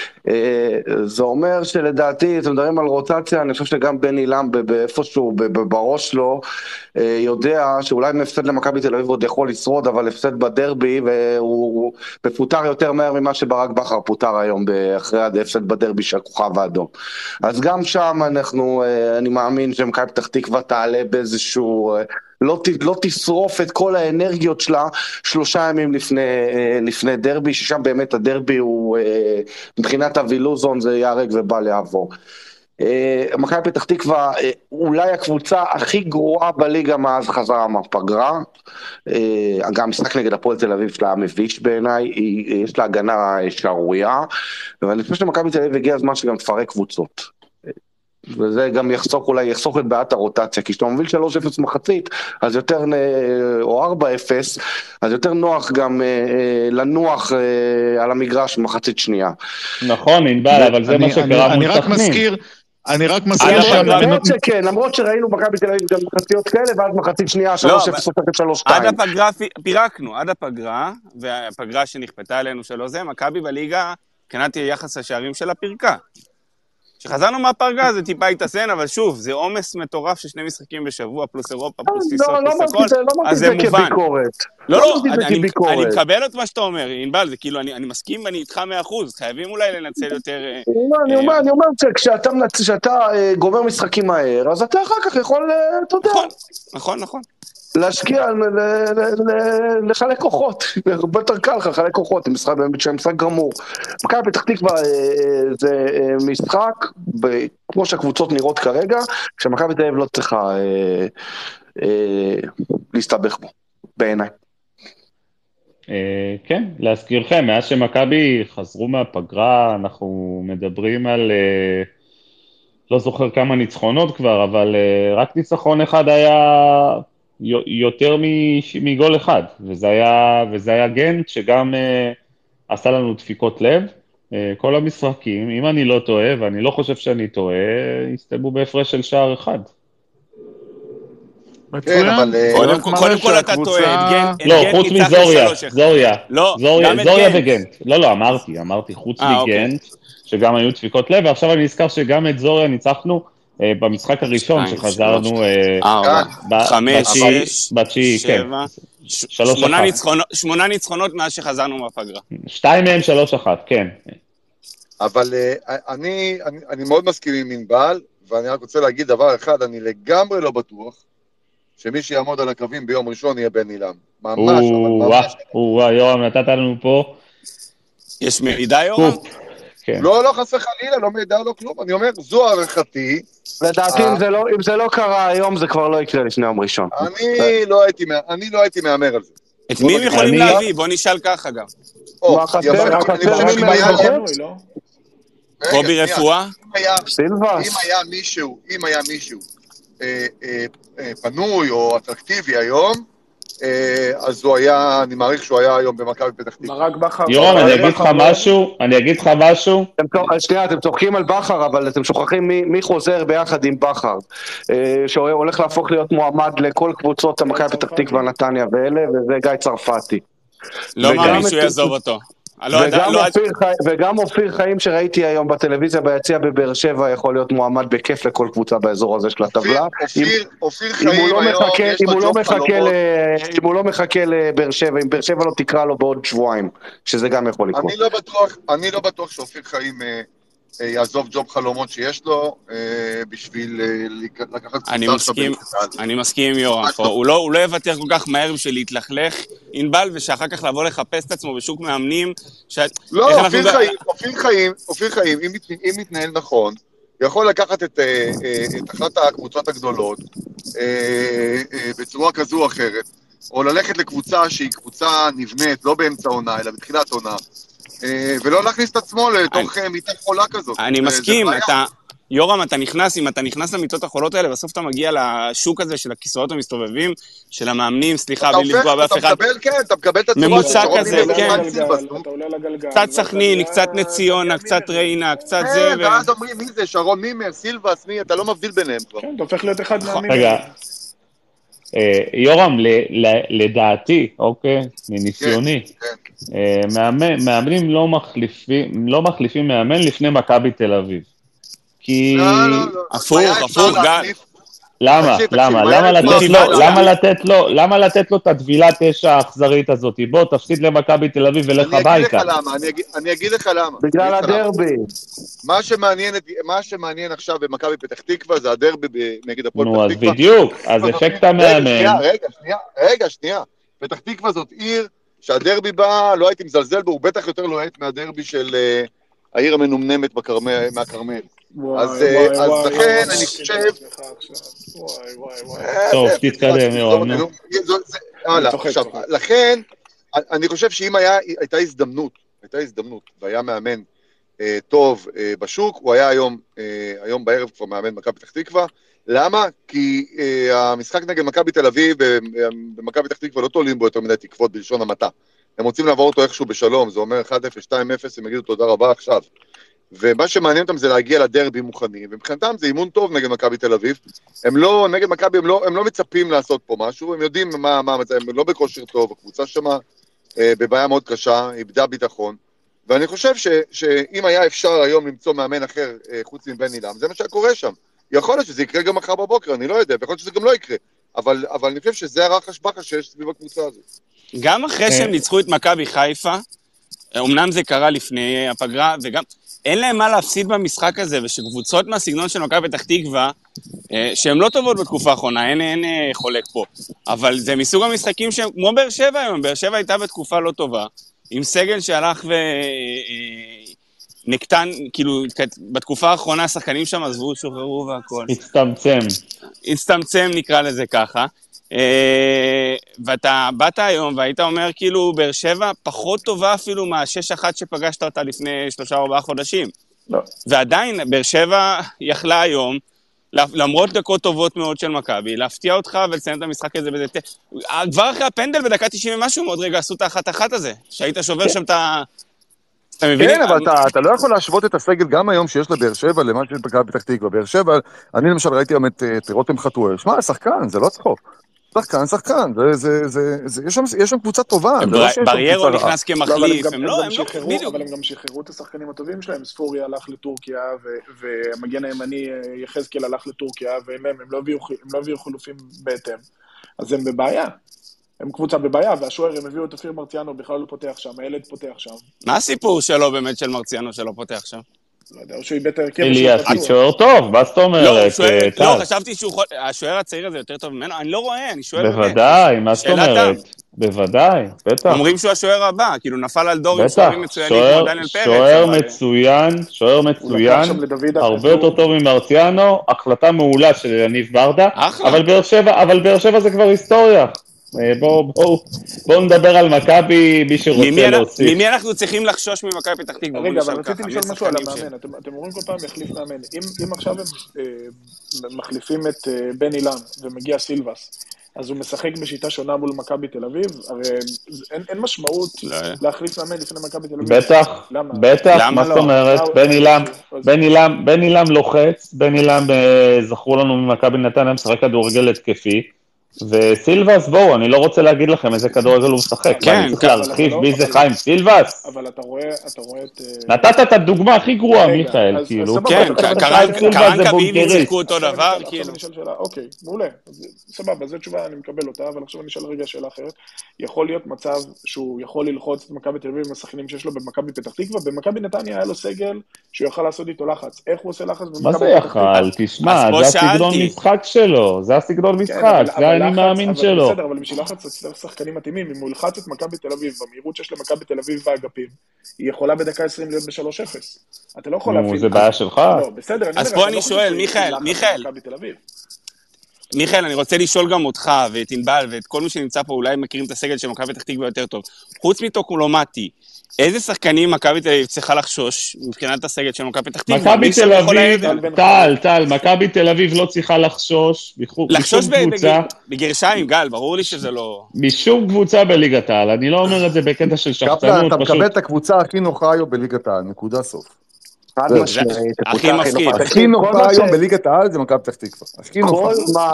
זה אומר שלדעתי, אתם מדברים על רוטציה, אני חושב שגם בן אילם באיפשהו בראש לו, יודע שאולי מפסד למכבי תל אביב עוד יכול לשרוד, אבל הפסד בדרבי, והוא מפוטר יותר מהר ממה שברק בכר פוטר היום, אחרי הפסד בדרבי של הכוכב האדום. אז גם שם אני מאמין שמכבי פתח תקווה תעלה באיזשהו... לא תשרוף את כל האנרגיות שלה 3 ימים לפני דרבי, ששם באמת הדרבי הוא, מבחינת הווילוזון זה יארג ובא לעבור. מכבי פתח תקווה, אולי הקבוצה הכי גרועה בליגה מאז חזרה מהפגרה, גם משחק נגד הפועל תל אביב שלה מביש בעיניי, יש לה הגנה שערוריה, ואני חושב שלמכבי תל אביב הגיע הזמן שגם תפרק קבוצות. וזה גם יחסוך את בעיית הרוטציה, כי כשאתה מוביל 3-0 מחצית, אז יותר, או 4-0, אז יותר נוח גם לנוח על המגרש מחצית שנייה. נכון, אינבל, אבל זה מה שקרה מול סכנין. אני רק מזכיר למרות שראינו מכבי תל אביב גם מחציות כאלה, ואז מחצית שנייה 3-0 הופכת 3-2. עד הפגרה פירקנו, עד הפגרה, והפגרה שנכפתה עלינו שלא זה, מכבי בליגה, קנאתי יחס השערים של הפרקה. שחזרנו מהפרגה, זה טיפה התעשן, אבל שוב, זה עומס מטורף של 2 משחקים בשבוע, פלוס אירופה, פלוס טיסות, פלוס הכל, אז זה מובן. לא, אני מקבל את מה שאתה אומר, אינבל, זה כאילו, אני מסכים ואני איתך 100%, חייבים אולי לנצל יותר... אני אומר שכשאתה גומר משחקים מהר, אז אתה אחר כך יכול, אתה יודע... נכון. להשקיע, לחלק כוחות, הרבה יותר קל לך לחלק כוחות, משחק גמור. מכבי פתח תקווה זה משחק, כמו שהקבוצות נראות כרגע, שמכבי תל אביב לא צריכה להסתבך בו, בעיניי. כן, להזכירכם, מאז שמכבי חזרו מהפגרה, אנחנו מדברים על... לא זוכר כמה ניצחונות כבר, אבל רק ניצחון אחד היה... יותר מגול אחד, וזה היה גנט שגם עשה לנו דפיקות לב. כל המשחקים, אם אני לא טועה, ואני לא חושב שאני טועה, הסתיימו בהפרש של שער אחד. כן, אבל... קודם כל אתה טועה, לא, חוץ מזוריה, זוריה וגנט. לא, אמרתי, חוץ מגנט, שגם היו דפיקות לב, ועכשיו אני נזכר שגם את זוריה ניצחנו, במשחק הראשון שחזרנו 5, 6, בתשיעי, כן. 8 ניצחונות מאז שחזרנו מהפגרה. 2 מהם 3-1, כן. אבל אני מאוד מסכים עם ענבל, ואני רק רוצה להגיד דבר אחד, אני לגמרי לא בטוח שמי שיעמוד על הקווים ביום ראשון יהיה בן אילם. ממש, אבל ממש. יורם, נתת לנו פה. יש מידע, יורם? לא, חס וחלילה, לא מידע, לא כלום. אני אומר, זו הערכתי, לדעתי, אם זה לא קרה היום, זה כבר לא יקרה לפני יום ראשון. אני לא הייתי מהמר על זה. את מי הם יכולים להביא? בוא נשאל ככה גם. קובי רפואה? סילבה. אם היה מישהו פנוי או אטרקטיבי היום, אז הוא היה, אני מעריך שהוא היה היום במכבי פתח תקווה. יורם, אני אגיד לך משהו. שנייה, אתם צוחקים על בכר, אבל אתם שוכחים מי חוזר ביחד עם בכר, שהולך להפוך להיות מועמד לכל קבוצות המכבי פתח תקווה, נתניה ואלה, וזה גיא צרפתי. לא מאמין שהוא יעזוב אותו. וגם אופיר חיים שראיתי היום בטלוויזיה ביציע בבאר שבע יכול להיות מועמד בכיף לכל קבוצה באזור הזה של הטבלה. אופיר חיים היום יש לו ג'וב חלומות. אם הוא לא מחכה לבאר שבע, אם באר שבע לא תקרא לו בעוד שבועיים, שזה גם יכול לקרות. אני לא בטוח שאופיר חיים יעזוב ג'וב חלומות שיש לו בשביל לקחת קבוצה. אני מסכים עם יורם, הוא לא יוותר כל כך מהר בשביל להתלכלך ענבל, ושאחר כך לבוא לחפש את עצמו בשוק מאמנים. לא, אופיר חיים, אם מתנהל נכון, יכול לקחת את אחת הקבוצות הגדולות בצורה כזו או אחרת, או ללכת לקבוצה שהיא קבוצה נבנית, לא באמצע עונה, אלא בתחילת עונה, ולא להכניס את עצמו לתוך מיטה חולה כזאת. אני מסכים, יורם, אם אתה נכנס למיטות החולות האלה, בסוף אתה מגיע לשוק הזה של הכיסאות המסתובבים, של המאמנים, סליחה, בלי לפגוע באף אחד. אתה מקבל את הצורה ממוצע כזה, כן. קצת סכנין, קצת נציונה, קצת ריינה, קצת זה. ואז אומרים, מי זה? שרון מימר, סילבס, מי? אתה לא מבדיל ביניהם כבר. כן, אתה הופך להיות אחד מהאמנים. רגע, יורם, לדעתי, אוקיי, מניסיוני, מאמנים לא מחליפים מאמן לפני מכבי תל אביב. כי... הפוך, למה? למה לתת לו את הטבילה 9 האכזרית הזאת? בוא, תפסיד למכבי תל אביב ולך הביתה. אני אגיד לך למה. בגלל הדרבי. מה שמעניין עכשיו במכבי פתח תקווה זה הדרבי נגד הפועל פתח תקווה. נו, אז בדיוק, אז אפקט המאמן. רגע, פתח תקווה זאת עיר שהדרבי בה, לא הייתי מזלזל בו, הוא בטח יותר לוהט מהדרבי של העיר המנומנמת מהכרמל. אז לכן אני חושב... טוב, תתקדם, יורם. עכשיו, לכן אני חושב שאם הייתה הזדמנות והיה מאמן טוב בשוק, הוא היה היום בערב כבר מאמן מכבי פתח תקווה. למה? כי המשחק נגד מכבי תל אביב במכבי פתח תקווה לא תולים בו יותר מדי תקוות בלשון המעטה. הם רוצים לעבור אותו איכשהו בשלום, זה אומר 1-0, 2-0, הם יגידו תודה רבה עכשיו. ומה שמעניין אותם זה להגיע לדרבי מוכנים, ומבחינתם זה אימון טוב נגד מכבי תל אביב. נגד מכבי הם לא מצפים לעשות פה משהו, הם יודעים מה המצב, הם לא בכושר טוב, הקבוצה שמה בבעיה מאוד קשה, איבדה ביטחון, ואני חושב שאם היה אפשר היום למצוא מאמן אחר חוץ מבן אילם, זה מה שקורה שם. יכול להיות שזה יקרה גם מחר בבוקר, אני לא יודע, ויכול להיות שזה גם לא יקרה, אבל אני חושב שזה הרחש בחש שיש סביב הקבוצה הזאת. גם אחרי שהם ניצחו את מכבי חיפה, אמנם זה קרה לפני הפגרה, וגם אין להם מה להפסיד במשחק הזה, ושקבוצות מהסגנון של מכבי פתח תקווה, שהן לא טובות בתקופה האחרונה, אין חולק פה, אבל זה מסוג המשחקים שהם, כמו באר שבע היום, באר שבע הייתה בתקופה לא טובה, עם סגל שהלך ונקטן, כאילו, בתקופה האחרונה השחקנים שם עזבו, שוחררו והכל. הצטמצם נקרא לזה ככה, ואתה באת היום והיית אומר כאילו באר שבע פחות טובה אפילו מה-6-1 שפגשת אותה לפני 3-4 חודשים. לא. ועדיין באר שבע יכלה היום, למרות דקות טובות מאוד של מכבי, להפתיע אותך ולסיים את המשחק הזה בזה. כבר אחרי הפנדל בדקה 90 ומשהו מאוד רגע עשו את האחת הזה, שהיית שובר שם את ה... כן, אבל אתה לא יכול להשוות את הסגל גם היום שיש לבאר שבע למה שיש מכבי פתח תקווה. באר שבע, אני למשל ראיתי גם את רותם חתואל. שמע, שחקן, זה לא צחוק. שחקן, יש שם קבוצה טובה. בריירו נכנס כמחליף, אבל הם גם שחררו את השחקנים הטובים שלהם, ספורי הלך לטורקיה, והמגן הימני יחזקאל הלך לטורקיה, והם לא הביאו חילופים בהתאם. אז הם בבעיה. הם קבוצה בבעיה, והשוער הם הביאו את אופיר מרציאנו, בכלל לא פותח שם, הילד פותח שם. מה הסיפור שלו באמת של מרציאנו שלא פותח שם? לא יודע, או שהוא איבד הרכב. אליאס, שוער טוב, מה זאת אומרת? לא, חשבתי שהשוער הצעיר הזה יותר טוב ממנו, אני לא רואה, אני שואל באמת. בוודאי, מה זאת אומרת? בוודאי, בטח. אומרים שהוא השוער הבא, כאילו נפל על דור עם בטח, שוערים מצוינים כמו דניאל פרץ. שוער מצוין, הוא לקח שם לדוד הרבה יותר טוב ממרציאנו, החלטה מעולה של יניב ברדה, אחלה. אבל באר שבע זה כבר היסטוריה. בואו נדבר על מכבי, מי שרוצה להוסיף. ממי אנחנו צריכים לחשוש ממכבי פתח תקווה? רגע, אבל רציתי לשאול משהו על המאמן. אתם אומרים כל פעם יחליף מאמן. אם עכשיו הם מחליפים את בן אילן ומגיע סילבס, אז הוא משחק בשיטה שונה מול מכבי תל אביב? הרי אין משמעות להחליף מאמן לפני מכבי תל אביב. בטח, מה זאת אומרת? בן אילם לוחץ, בן אילם זכרו לנו ממכבי נתניה משחק כדורגל התקפי, וסילבס, בואו, אני לא רוצה להגיד לכם איזה כדורגל הוא משחק, אני צריך להרחיב בי זה חיים סילבס. אבל אתה רואה את... נתת את הדוגמה הכי גרועה, מיכאל, כאילו. כן, קרנקה ואיבי שיחקו אותו דבר, כאילו. אוקיי, מעולה, סבבה, זו תשובה, אני מקבל אותה, אבל עכשיו אני אשאל רגע שאלה אחרת. יכול להיות מצב שהוא יכול ללחוץ את מכבי תל אביב עם השחקנים שיש לו במכבי פתח תקווה, במכבי נתניה היה לו סגל שהוא יכל לעשות איתו לחץ. איך הוא עושה לחץ במכבי פתח תקווה? מה זה יכל? תשמע, זה הסגנון משחק שלו, זה הסגנון משחק, זה אני מאמין שלו. בסדר, אבל בשביל לחץ צריך שחקנים מתאימים. אם הוא ילחץ את מכבי תל אביב, במהירות שיש למכבי תל אביב והאגפים, היא יכולה בדקה 20 להיות ב-3-0. אתה לא יכול להפעיל. זה בעיה שלך. לא, בסדר, אז פה אני שואל, מיכאל, אני רוצה לשאול גם אותך ואת ענבל ואת כל מי שנמצא פה, אולי מכירים את הסגל של מכבי פתח תקווה יותר טוב. חוץ מתוקולומטי, איזה שחקנים מכבי תל אביב צריכה לחשוש מבחינת הסגל של מכבי פתח תקווה? מכבי תל אביב, טל, מכבי תל אביב לא צריכה לחשוש, לחשוש בגרשיים, גל, ברור לי שזה לא... משום קבוצה בליגת העל, אני לא אומר את זה בקטע של שחצנות. אתה מקבל את הקבוצה הכי נוחה היום בליגת העל, נקודה סוף. הכי מפחיד. הכי נוחה היום בליגת העל זה מכבי פתח תקווה. הכי נוחה.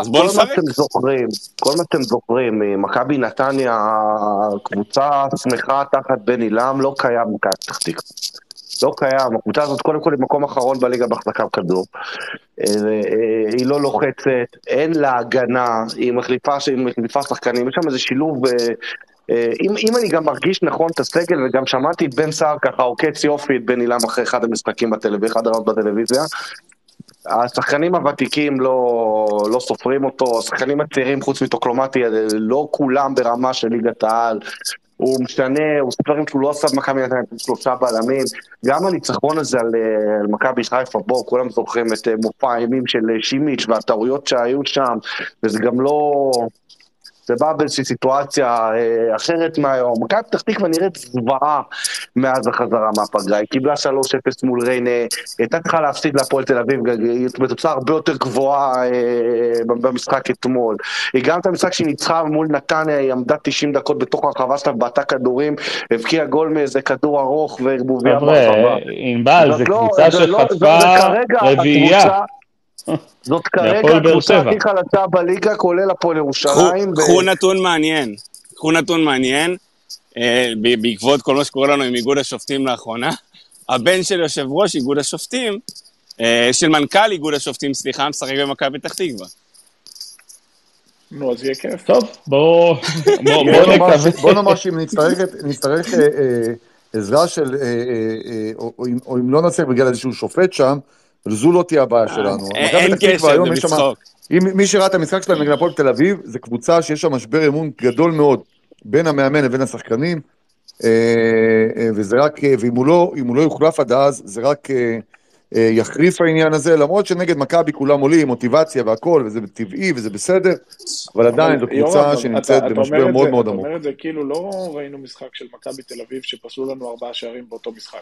כל מה שאתם זוכרים, מכבי נתניה, קבוצה שמחה תחת בן אילם, לא קיים מכבי פתח תקווה. לא קיים, הקבוצה הזאת קודם כל היא מקום אחרון בליגה בהחזקה כדור. היא לא לוחצת, אין לה הגנה, היא מחליפה שחקנים, יש שם איזה שילוב... אם אני גם מרגיש נכון את הסגל, וגם שמעתי את בן סער ככה עוקץ יופי את בן אילם אחרי אחד המשחקים אחד הרעות בטלוויזיה, השחקנים הוותיקים לא סופרים אותו, השחקנים הצעירים חוץ מתוקלומטי, לא כולם ברמה של ליגת העל, הוא משנה, הוא ספרים שהוא לא עשה במכבי נתניה 3 בלמים, גם הניצחון הזה על מכבי חיפה, בואו, כולם זוכרים את מופע הימים של שימיץ' והטעויות שהיו שם, וזה גם לא... זה בא באיזושהי סיטואציה אחרת מהיום. מכבי פתח תקווה נראית זוועה מאז החזרה מהפגרה. היא קיבלה 3-0 מול ריינה, הייתה צריכה להפסיד להפועל תל אביב, בתוצאה הרבה יותר גבוהה במשחק אתמול. היא גם את המשחק שהיא ניצחה מול נתניה, היא עמדה 90 דקות בתוך הרחבה שלה, בעטה כדורים, הבקיעה גול מאיזה כדור ארוך ורבוביה ברחבה. ענבל, זה קבוצה שחטפה רביעייה. זאת כרגע הקבוצה הכי חלשה בליגה, כולל הפועל ירושלים. קחו נתון מעניין, בעקבות כל מה שקורה לנו עם איגוד השופטים לאחרונה, הבן של יושב ראש איגוד השופטים, של מנכ"ל איגוד השופטים, סליחה, משחק במכבי פתח תקווה. נו, אז יהיה כיף. טוב, בוא נאמר שאם נצטרך עזרה של, או אם לא נצטרך בגלל איזשהו שופט שם, זו לא תהיה הבעיה שלנו. אין קשר, זה משחוק. מי שראה את המשחק שלהם נגד הפועל תל אביב, זה קבוצה שיש שם משבר אמון גדול מאוד, בין המאמן לבין השחקנים, וזה רק, ואם הוא לא יוחלף עד אז, זה רק יחריף העניין הזה, למרות שנגד מכבי כולם עולים, מוטיבציה והכל, וזה טבעי וזה בסדר, אבל עדיין זו קבוצה שנמצאת במשבר מאוד מאוד עמוק. אתה אומר את זה, כאילו לא ראינו משחק של מכבי תל אביב, שפסלו לנו 4 שערים באותו משחק.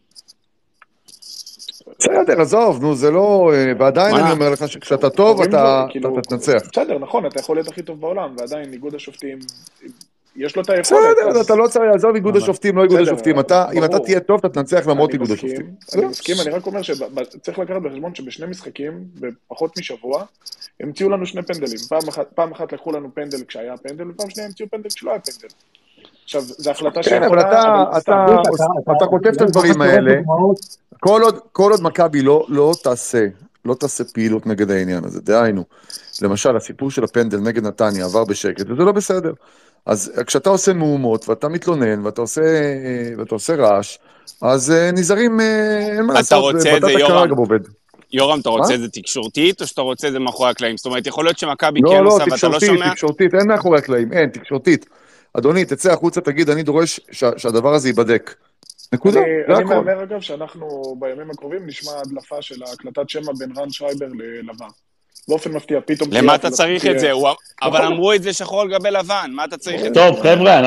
בסדר, עזוב, נו, זה לא... ועדיין אני אומר לך שכשאתה טוב, אתה תנצח. בסדר, נכון, אתה יכול להיות הכי טוב בעולם, ועדיין איגוד השופטים, יש לו את היכולת. בסדר, אתה לא צריך לעזוב איגוד השופטים, לא איגוד השופטים. אם אתה תהיה טוב, אתה תנצח למרות איגוד השופטים. אני מסכים, אני רק אומר שצריך לקחת בחשבון שבשני משחקים, בפחות משבוע, המציאו לנו 2 פנדלים. פעם אחת לקחו לנו פנדל כשהיה פנדל, ופעם שנייה המציאו פנדל כשלא היה פנדל. עכשיו, זו החלטה שיכולה... כן, אבל אתה כותב את הדברים האלה, כל עוד מכבי לא תעשה פעילות נגד העניין הזה, דהיינו, למשל, הסיפור של הפנדל נגד נתניה עבר בשקט, וזה לא בסדר. אז כשאתה עושה מהומות, ואתה מתלונן, ואתה עושה רעש, אז נזהרים, אין מה לעשות, אתה רוצה את זה, יורם, אתה רוצה את זה תקשורתית, או שאתה רוצה את זה מאחורי הקלעים? זאת אומרת, יכול להיות שמכבי כן עושה, ואתה לא שומע? תקשורתית, אין מאחורי הקלעים, אין, תקשורתית. אדוני, תצא החוצה, תגיד, אני דורש שהדבר הזה ייבדק. נקודה, זה אני הכל. מאמר אגב שאנחנו בימים הקרובים נשמע הדלפה של הקלטת שמע בין רן שרייבר ללבן. באופן מפתיע, פתאום... למה אתה צריך את זה? אבל אמרו את זה שחור על גבי לבן, מה אתה צריך את זה? טוב, חבר'ה,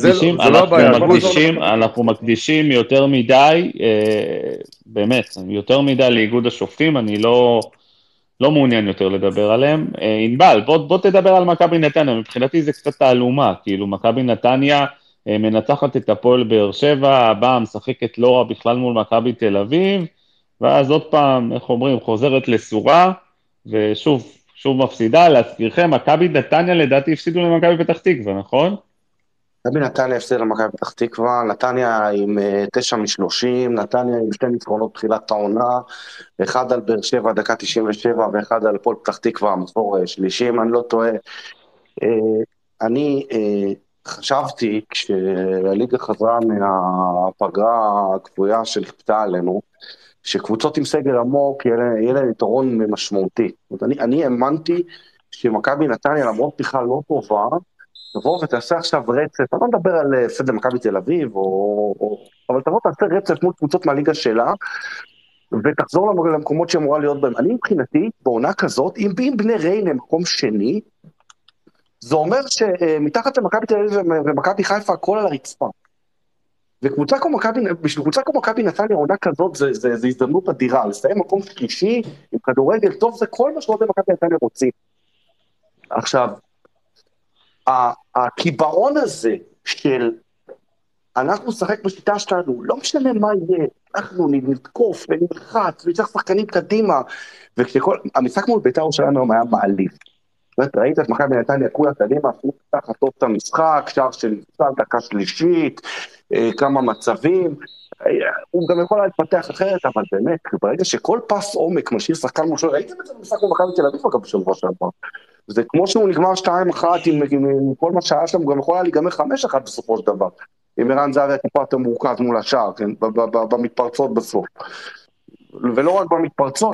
אנחנו מקדישים יותר מדי, באמת, יותר מדי לאיגוד השופטים, אני לא מעוניין יותר לדבר עליהם. ענבל, בוא תדבר על מכבי נתניה, מבחינתי זה קצת תעלומה, כאילו מכבי נתניה מנצחת את הפועל באר שבע, הבאה משחקת לא רע בכלל מול מכבי תל אביב, ואז עוד פעם, איך אומרים, חוזרת לסורה, ושוב מפסידה. להזכירכם, מכבי נתניה לדעתי הפסידו למכבי פתח תקווה, נכון? מכבי נתניה הפסיד למכבי פתח תקווה, נתניה עם 9 מ-30, נתניה עם 2 ניצחונות תחילת העונה, אחד על באר שבע דקה 97 ואחד על הפועל פתח תקווה המחזור שלישי, אם אני לא טועה. אני חשבתי כשהליגה חזרה מהפגרה הכפויה שנכפתה עלינו, שקבוצות עם סגל עמוק יהיה להם יתרון משמעותי. אני האמנתי שמכבי נתניה למרות בכלל לא טובה, תבוא ותעשה עכשיו רצף, אני לא מדבר על הפסד למכבי תל אביב, אבל תבוא תעשה רצף מול קבוצות מהליגה שלה, ותחזור למקומות שאמורה להיות בהם. אני מבחינתי, בעונה כזאת, אם בני ריינה מקום שני, זה אומר שמתחת למכבי תל אביב ומכבי חיפה הכל על הרצפה. בשביל קבוצה כמו מכבי נתניה, עונה כזאת זה הזדמנות אדירה, לסיים מקום שלישי עם כדורגל טוב, זה כל מה שעוד מכבי נתניה רוצים. עכשיו, הקיבעון הזה של אנחנו נשחק בשיטה שלנו, לא משנה מה יהיה, אנחנו נתקוף ונלחץ ונצטרך שחקנים קדימה, המשחק מול בית"ר ירושלים היום היה מעליב. ראית את מכבי נתניה כולה קדימה, עשו ככה טוב את המשחק, שער של דקה שלישית, כמה מצבים, הוא גם יכול להתפתח אחרת, אבל באמת, ברגע שכל פס עומק משאיר שחקן מושל, ראיתם את זה במשחק במכבי תל אביב אגב בשבוע שעבר. זה כמו שהוא נגמר 2-1 עם כל מה שהיה שם, הוא גם יכול היה להיגמר 5-1 בסופו של דבר. עם ערן זהבי טיפה יותר מורכז מול השער, כן? במתפרצות בסוף. ולא רק במתפרצות.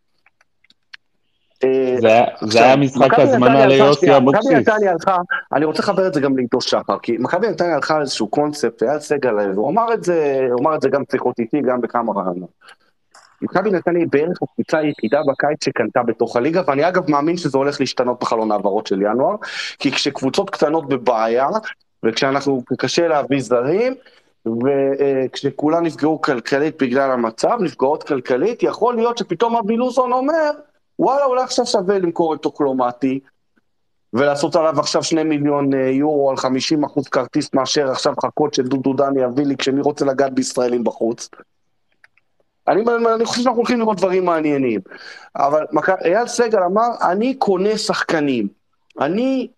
זה היה משחק הזמנה ליוסי אבוקסיס. מכבי נתניה הלכה, אני רוצה לחבר את זה גם לעידו שחר, כי מכבי נתניה הלכה על איזשהו קונספט, אייל סגל, הוא אמר את זה גם שיחות איתי, גם בכמה רעיונות. מכבי נתניה היא בערך הקבוצה היחידה בקיץ שקנתה בתוך הליגה, ואני אגב מאמין שזה הולך להשתנות בחלון העברות של ינואר, כי כשקבוצות קטנות בבעיה, וכשאנחנו קשה להביא זרים, וכשכולם נפגעו כלכלית בגלל המצב, נפגעות כלכלית, יכול להיות שפתאום אבי לוזון אומר, וואלה, אולי עכשיו שווה למכור את טוקלומטי, ולעשות עליו עכשיו 2 מיליון יורו על 50% כרטיס, מאשר עכשיו חכות של דודו דני יביא לי, כשמי רוצה לגעת בישראלים בחוץ. אני חושב שאנחנו הולכים לראות דברים מעניינים, אבל אייל סגל אמר, אני קונה שחקנים, אני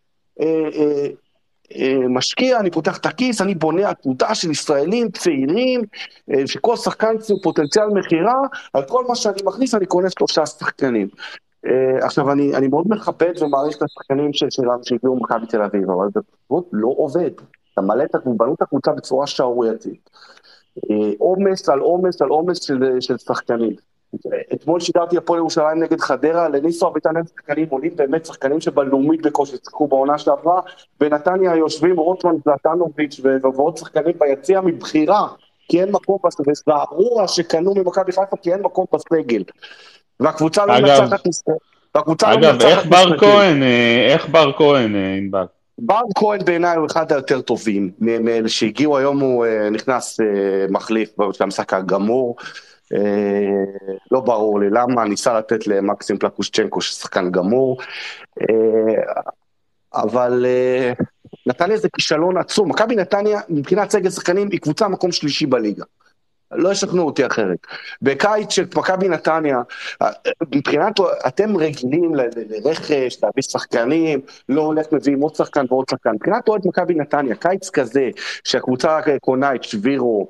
משקיע, אני פותח את הכיס, אני בונה עתודה של ישראלים צעירים, שכל שחקן פוטנציאל מחירה, על כל מה שאני מכניס אני קונה 3 שחקנים. עכשיו אני מאוד מכבד ומעריך את השחקנים שלנו שהגיעו מכבי תל אביב, אבל זה פשוט לא עובד, אתה מלא את הקבוצה בצורה שערורייתית. עומס על עומס על עומס של שחקנים. אתמול שידרתי הפועל ירושלים נגד חדרה, לניסו אביטן הם שחקנים עולים, באמת שחקנים שבלאומית בקושי שחקו בעונה שעברה, בנתניה יושבים רוטמן זלטנוביץ' ועוד שחקנים ביציע מבחירה, כי אין מקום בסגרורה שקנו ממכבי חיפה, כי אין מקום בסגל. והקבוצה לא מנצחת מסגל. אגב, איך בר כהן, ענבל? בר כהן בעיניי הוא אחד היותר טובים, מאלה שהגיעו היום הוא נכנס מחליף במשחק הגמור, לא ברור לי למה, ניסה לתת למקסים פלקושצ'נקו ששחקן גמור, אבל נתניה זה כישלון עצום, מכבי נתניה מבחינת סגל שחקנים היא קבוצה מקום שלישי בליגה, לא ישכנעו אותי אחרת. בקיץ של מכבי נתניה, מבחינת, אתם רגילים לרכש, להביא שחקנים, לא הולך מביאים עוד שחקן ועוד שחקן. מבחינת אוהד מכבי נתניה, קיץ כזה, שהקבוצה קונה את שבירו,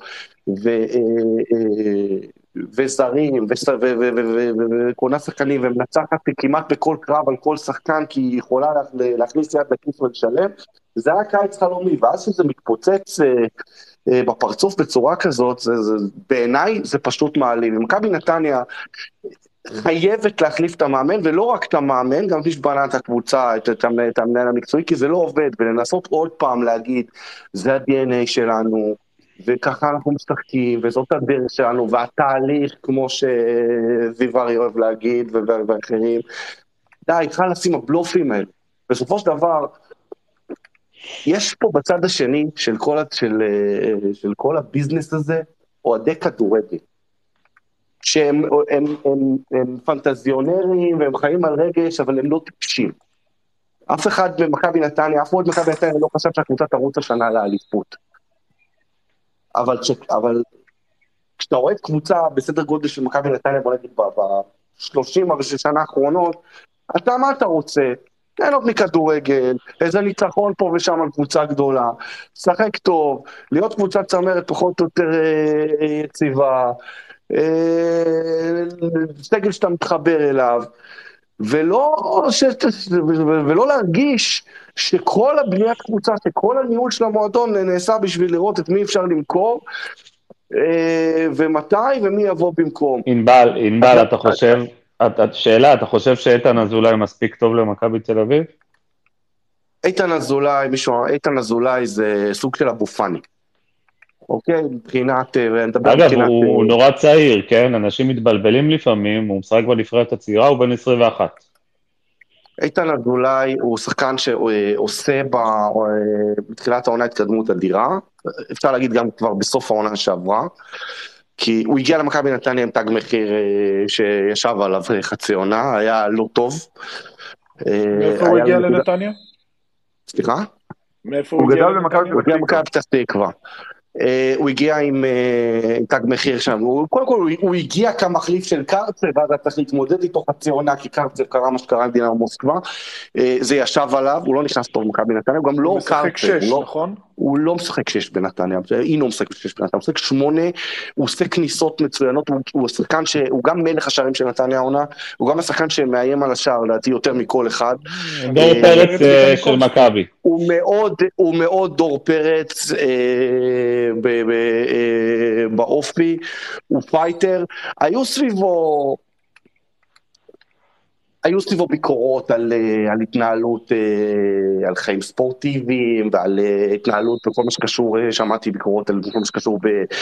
וזרים, וקונה שחקנים, ומנצחת כמעט בכל קרב על כל שחקן, כי היא יכולה להכניס יד לכיס ולשלם, זה היה קיץ חלומי, ואז שזה מתפוצץ בפרצוף בצורה כזאת, בעיניי זה פשוט מעלים. מכבי נתניה, חייבת להחליף את המאמן, ולא רק את המאמן, גם מי שבנה את הקבוצה, את המנהל המקצועי, כי זה לא עובד, ולנסות עוד פעם להגיד, זה ה-DNA שלנו, וככה אנחנו משחקים, וזאת הדרך שלנו, והתהליך, כמו שזיווארי אוהב להגיד, ואחרים, די, חלאס עם הבלופים האלה. בסופו של דבר, יש פה בצד השני של כל הביזנס הזה, אוהדי כדורגל. שהם פנטזיונרים, והם חיים על רגש, אבל הם לא טיפשים. אף אחד במכבי נתניה, אף אחד במכבי נתניה לא חשב שהקבוצה תרוץ השנה לאליפות. אבל כשאתה רואה את קבוצה בסדר גודל של מכבי נתניה, בוא נגיד ב-30 שנה האחרונות, אתה מה אתה רוצה? ליהנות מכדורגל, איזה ניצחון פה ושם על קבוצה גדולה, שחק טוב, להיות קבוצה צמרת פחות או יותר יציבה, סגל שאתה מתחבר אליו, ולא להרגיש שכל הבניית קבוצה, שכל הניהול של המועדון נעשה בשביל לראות את מי אפשר למכור, ומתי ומי יבוא במקום. ענבל, אתה חושב, שאלה, אתה חושב שאיתן אזולאי מספיק טוב למכבי תל אביב? איתן אזולאי זה סוג של אבו פאני. אוקיי, מבחינת... אגב, הוא נורא צעיר, כן? אנשים מתבלבלים לפעמים, הוא משחק בנבחרת הצעירה, הוא בן 21. איתן אזולאי הוא שחקן שעושה בתחילת העונה התקדמות אדירה, אפשר להגיד גם כבר בסוף העונה שעברה, כי הוא הגיע למכבי נתניה עם תג מחיר שישב עליו חצי עונה, היה לא טוב. מאיפה הוא הגיע לנתניה? סליחה? מאיפה הוא הגיע לנתניה? הוא הגיע למכבי פתח תקווה. הוא הגיע עם תג מחיר שם, קודם כל הוא הגיע כמחליף של קרצב, ואז אתה צריך להתמודד איתו חצי עונה, כי קרצב קרה מה שקרה עם דינמו מוסקבה, זה ישב עליו, הוא לא נכנס פה במכבי נתניה, הוא גם לא קרצב, הוא משחק 6, נכון? הוא לא משחק 6 בנתניה, אינו משחק 6 בנתניה, הוא משחק 8, הוא עושה כניסות מצוינות, הוא השחקן שהוא גם מלך השערים של נתניה העונה, הוא גם השחקן שמאיים על השער, לדעתי יותר מכל אחד. דור פרץ של מכבי. הוא מאוד דור פרץ באופי, הוא פייטר, היו סביבו ביקורות על התנהלות, על חיים ספורטיביים ועל התנהלות בכל מה שקשור, שמעתי ביקורות על כל מה שקשור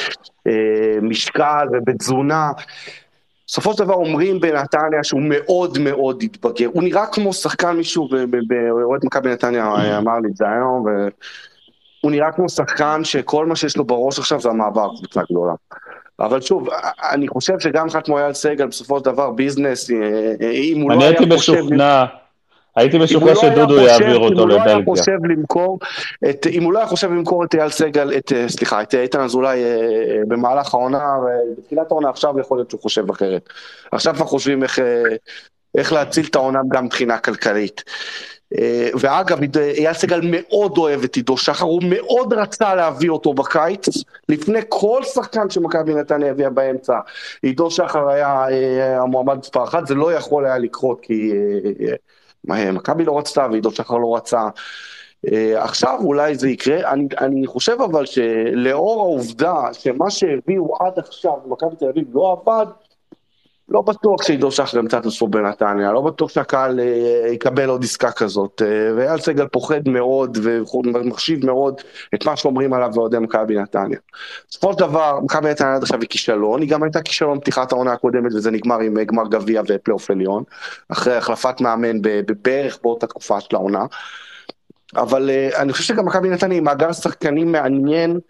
במשקל ובתזונה. בסופו של דבר אומרים בנתניה שהוא מאוד מאוד התבגר, הוא נראה כמו שחקן, מישהו באוהד מכבי נתניה אמר לי את זה היום, הוא נראה כמו שחקן שכל מה שיש לו בראש עכשיו זה המעבר קבוצה גדולה. אבל שוב, אני חושב שגם אחד כמו אייל סגל בסופו של דבר ביזנס, אם הוא לא היה הייתי משוכנע שדודו יעביר אותו לבלגיה. אם הוא לא היה חושב למכור את אייל סגל, את איתן אזולאי במהלך העונה, בתחילת העונה עכשיו יכול להיות שהוא חושב אחרת. עכשיו כבר חושבים איך להציל את העונה גם מבחינה כלכלית. ואגב, אייל סגל מאוד אוהב את עידו שחר, הוא מאוד רצה להביא אותו בקיץ, לפני כל שחקן שמכבי נתניה הביאה באמצע, עידו שחר היה המועמד מספר 1, זה לא יכול היה לקרות, כי מכבי לא רצתה ועידו שחר לא רצה, עכשיו אולי זה יקרה, אני חושב אבל שלאור העובדה שמה שהביאו עד עכשיו מכבי תל אביב לא עבד, לא בטוח שעידו שחר ימצא את עצמו בנתניה, לא בטוח שהקהל יקבל עוד עסקה כזאת, ואייל סגל פוחד מאוד ומחשיב מאוד את מה שאומרים עליו ואוהדי מכבי נתניה. בסופו של דבר, מכבי נתניה עד עכשיו היא כישלון, היא גם הייתה כישלון פתיחת העונה הקודמת, וזה נגמר עם גמר גביע ופלייאוף עליון, אחרי החלפת מאמן בערך באותה תקופה של העונה, אבל אני חושב שגם מכבי נתניה היא מאגר שחקנים מעניין,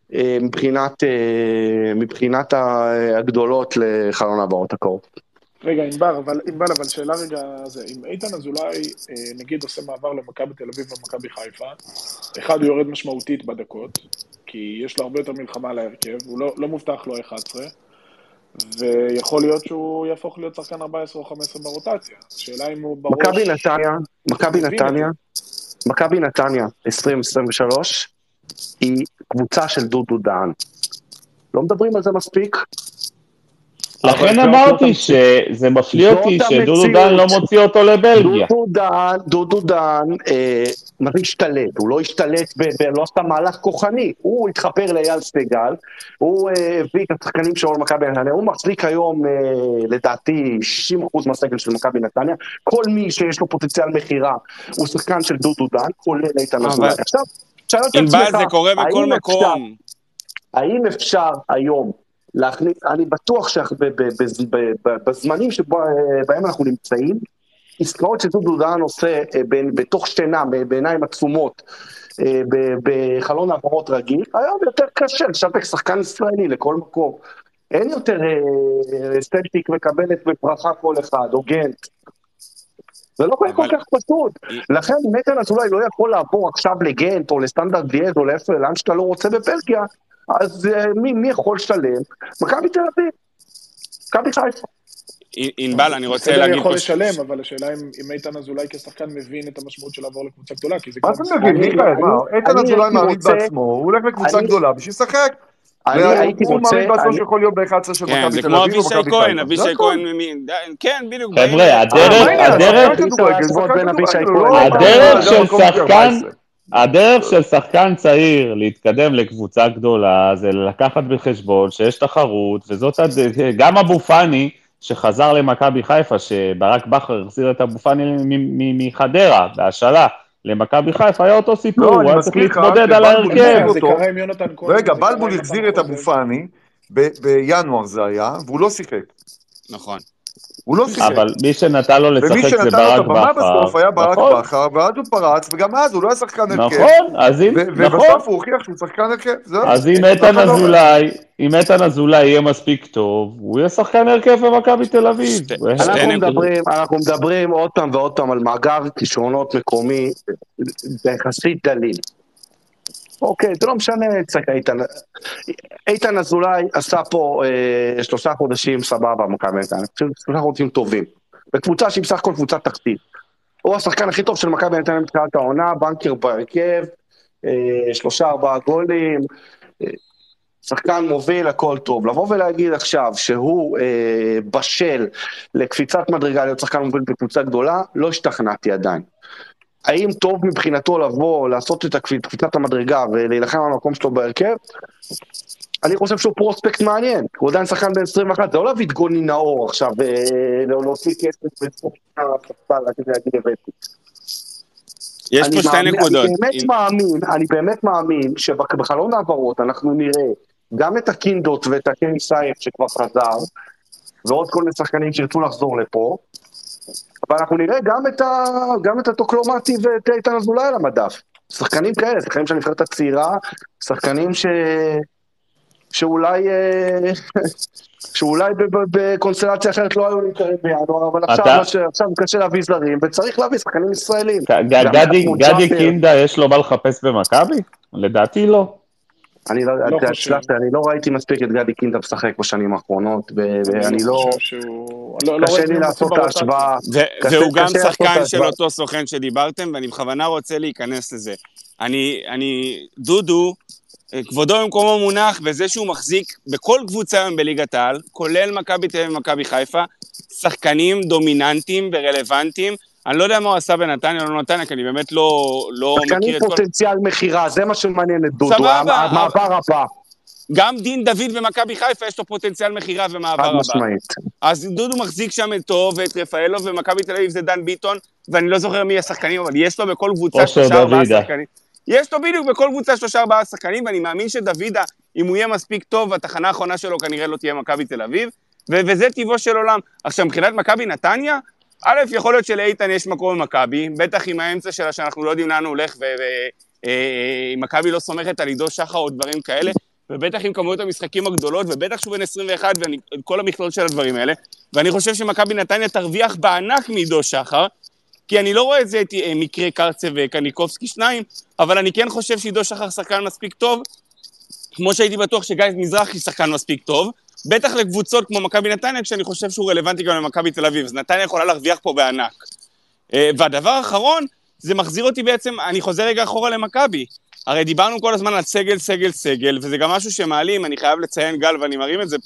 מבחינת הגדולות לחלון הבאות הקרוב. רגע, ענבל, אבל שאלה רגע, אם איתן אזולאי נגיד עושה מעבר למכבי תל אביב ומכבי חיפה, אחד הוא יורד משמעותית בדקות, כי יש לו הרבה יותר מלחמה להרכב, הוא לא מובטח לו 11, ויכול להיות שהוא יהפוך להיות שחקן 14 או 15 ברוטציה. שאלה אם הוא בראש... מכבי נתניה 2023 היא קבוצה של דודו דהן. לא מדברים על זה מספיק? לכן אמרתי שזה מפליא אותי שדודו דן לא מוציא אותו לבלגיה. דודו דן השתלט, הוא לא השתלט ולא עשתה מהלך כוחני, הוא התחפר לאייל סגל, הוא הביא את השחקנים שלו למכבי נתניה, הוא מחזיק היום לדעתי 60% מהסגל של מכבי נתניה, כל מי שיש לו פוטנציאל מחירה הוא שחקן של דודו דן, כולל איתן אזולאי. עכשיו, ענבל, זה קורה בכל מקום. האם אפשר היום להכניס, אני בטוח שבזמנים שבהם אנחנו נמצאים, עסקאות שדודו דן עושה בתוך שינה, בעיניים עצומות, בחלון העברות רגיל, היום יותר קשה לשווק שחקן ישראלי לכל מקום. אין יותר סטטיק מקבלת בברכה כל אחד, או גנט. זה לא כל כך פשוט. לכן איתן אזולאי לא יכול לעבור עכשיו לגנט, או לסטנדרט דיאז, או לאן שאתה לא רוצה בבלגיה, אז מי יכול לשלם? מכבי תל אביב, מכבי חיפה. ענבל, אני רוצה להגיד... בסדר יכול לשלם, אבל השאלה אם איתן אזולאי כשחקן מבין את המשמעות של לעבור לקבוצה גדולה, כי זה מה אתה מבין, מיכאל? איתן אזולאי מאמין בעצמו, הוא הולך לקבוצה גדולה בשביל לשחק. הוא מאמין בעצמו שיכול להיות ב-11 של מכבי תל אביב. זה כמו אבישי כהן, אבישי כהן, כן, בדיוק. חבר'ה, הדרך של שחקן צעיר להתקדם לקבוצה גדולה, זה לקחת בחשבון שיש תחרות, וזאת גם אבו פאני, שחזר למכבי חיפה, שברק בכר החזיר את אבו פאני מחדרה, בהשאלה, למכבי חיפה, היה אותו סיפור, הוא היה צריך להתמודד על ההרכב. רגע, בלבול החזיר את אבו פאני, בינואר זה היה, והוא לא שיחק. נכון. הוא לא שיחק. אבל מי שנתן לו לשחק זה ברק בכר. ומי שנתן לו את הבמה בסוף היה ברק בכר, ואז הוא פרץ, וגם אז הוא לא היה שחקן הרכב. נכון, אז אם... ובסוף הוא הוכיח שהוא שחקן הרכב. אז אם איתן אזולאי יהיה מספיק טוב, הוא יהיה שחקן הרכב במכבי תל אביב. אנחנו מדברים עוד פעם ועוד פעם על מאגר כישרונות מקומי, זה יחסית דליל. אוקיי, זה לא משנה, איתן אזולאי עשה פה 3 חודשים סבבה, מכבי נתניה, 3 חודשים טובים, בקבוצה שהיא בסך הכל קבוצה תחתית. הוא השחקן הכי טוב של מכבי נתניה מתחילת העונה, בנקר בהרכב, 3-4 גולים, שחקן מוביל, הכל טוב. לבוא ולהגיד עכשיו שהוא בשל לקפיצת מדרגה להיות שחקן מוביל בקבוצה גדולה, לא השתכנעתי עדיין. האם טוב מבחינתו לבוא, לעשות את קפיצת המדרגה ולהילחם על המקום שלו בהרכב? אני חושב שהוא פרוספקט מעניין, הוא עדיין שחקן בין 21, זה לא להביא את גוני נאור עכשיו, להוציא כסף בסוף יש פה 2 נקודות. אני באמת מאמין שבחלון העברות אנחנו נראה גם את הקינדות ואת הקני סייף שכבר חזר, ועוד כל מיני שחקנים שירצו לחזור לפה, אבל אנחנו נראה גם את הטוקלומטי ואת איתן אזולאי על המדף. שחקנים כאלה, שחקנים שאני נבחרת הצעירה, שחקנים שאולי בקונסטלציה אחרת לא היו להתקרב בינואר, אבל עכשיו קשה להביא זרים, וצריך להביא שחקנים ישראלים. גדי קינדה יש לו מה לחפש במכבי? לדעתי לא. אני לא ראיתי מספיק את גדי קינדה משחק בשנים האחרונות, ואני לא... קשה לי לעשות את ההשוואה. והוא גם שחקן של אותו סוכן שדיברתם, ואני בכוונה רוצה להיכנס לזה. דודו, כבודו במקומו מונח, וזה שהוא מחזיק בכל קבוצה היום בליגת העל, כולל מכבי תל אביב ומכבי חיפה, שחקנים דומיננטיים ורלוונטיים, אני לא יודע מה הוא עשה בנתניה או לא נתניה, כי אני באמת לא מכיר את כל... פוטנציאל מחירה, זה מה שמעניין את דודו, המעבר הבא. גם דין דוד ומכבי חיפה יש לו פוטנציאל מחירה ומעבר הבא. אז דודו מחזיק שם את טוב ואת רפאלו, ומכבי תל אביב זה דן ביטון, ואני לא זוכר מי השחקנים, אבל יש לו בכל קבוצה 3-4 שחקנים. יש לו בדיוק בכל קבוצה 3-4 שחקנים, ואני מאמין שדוידה, אם הוא יהיה מספיק טוב, התחנה האחרונה שלו כנראה לא תהיה מכבי תל אביב, וזה טבעו של עולם. עכשיו, מבחינת מכבי נתניה, א', יכול להיות שלאיתן יש מקום במכבי, בטח עם האמצע שלה שאנחנו לא יודעים לאן הוא הולך, ומכבי לא סומכת על עידו שחר או דברים כאלה, ובטח עם כמויות המשחקים הגדולות, ובטח שהוא בן 21, וכל המכלול של הדברים האלה, ואני חושב שמכבי נתניה תרוויח בענק מעידו שחר, כי אני לא רואה את זה מקרה קרצה וקניקובסקי 2, אבל אני כן חושב שעידו שחר שחקן מספיק טוב, כמו שהייתי בטוח שגיא מזרחי שחקן מספיק טוב, בטח לקבוצות כמו מכבי נתניה, כשאני חושב שהוא רלוונטי גם למכבי תל אביב, אז נתניה יכולה להרוויח פה בענק. והדבר האחרון, זה מחזיר אותי בעצם, אני חוזר רגע אחורה למכבי, הרי דיברנו כל הזמן על סגל, וזה גם משהו שמעלים, אני חייב לציין גל ואני מרים את זה פה,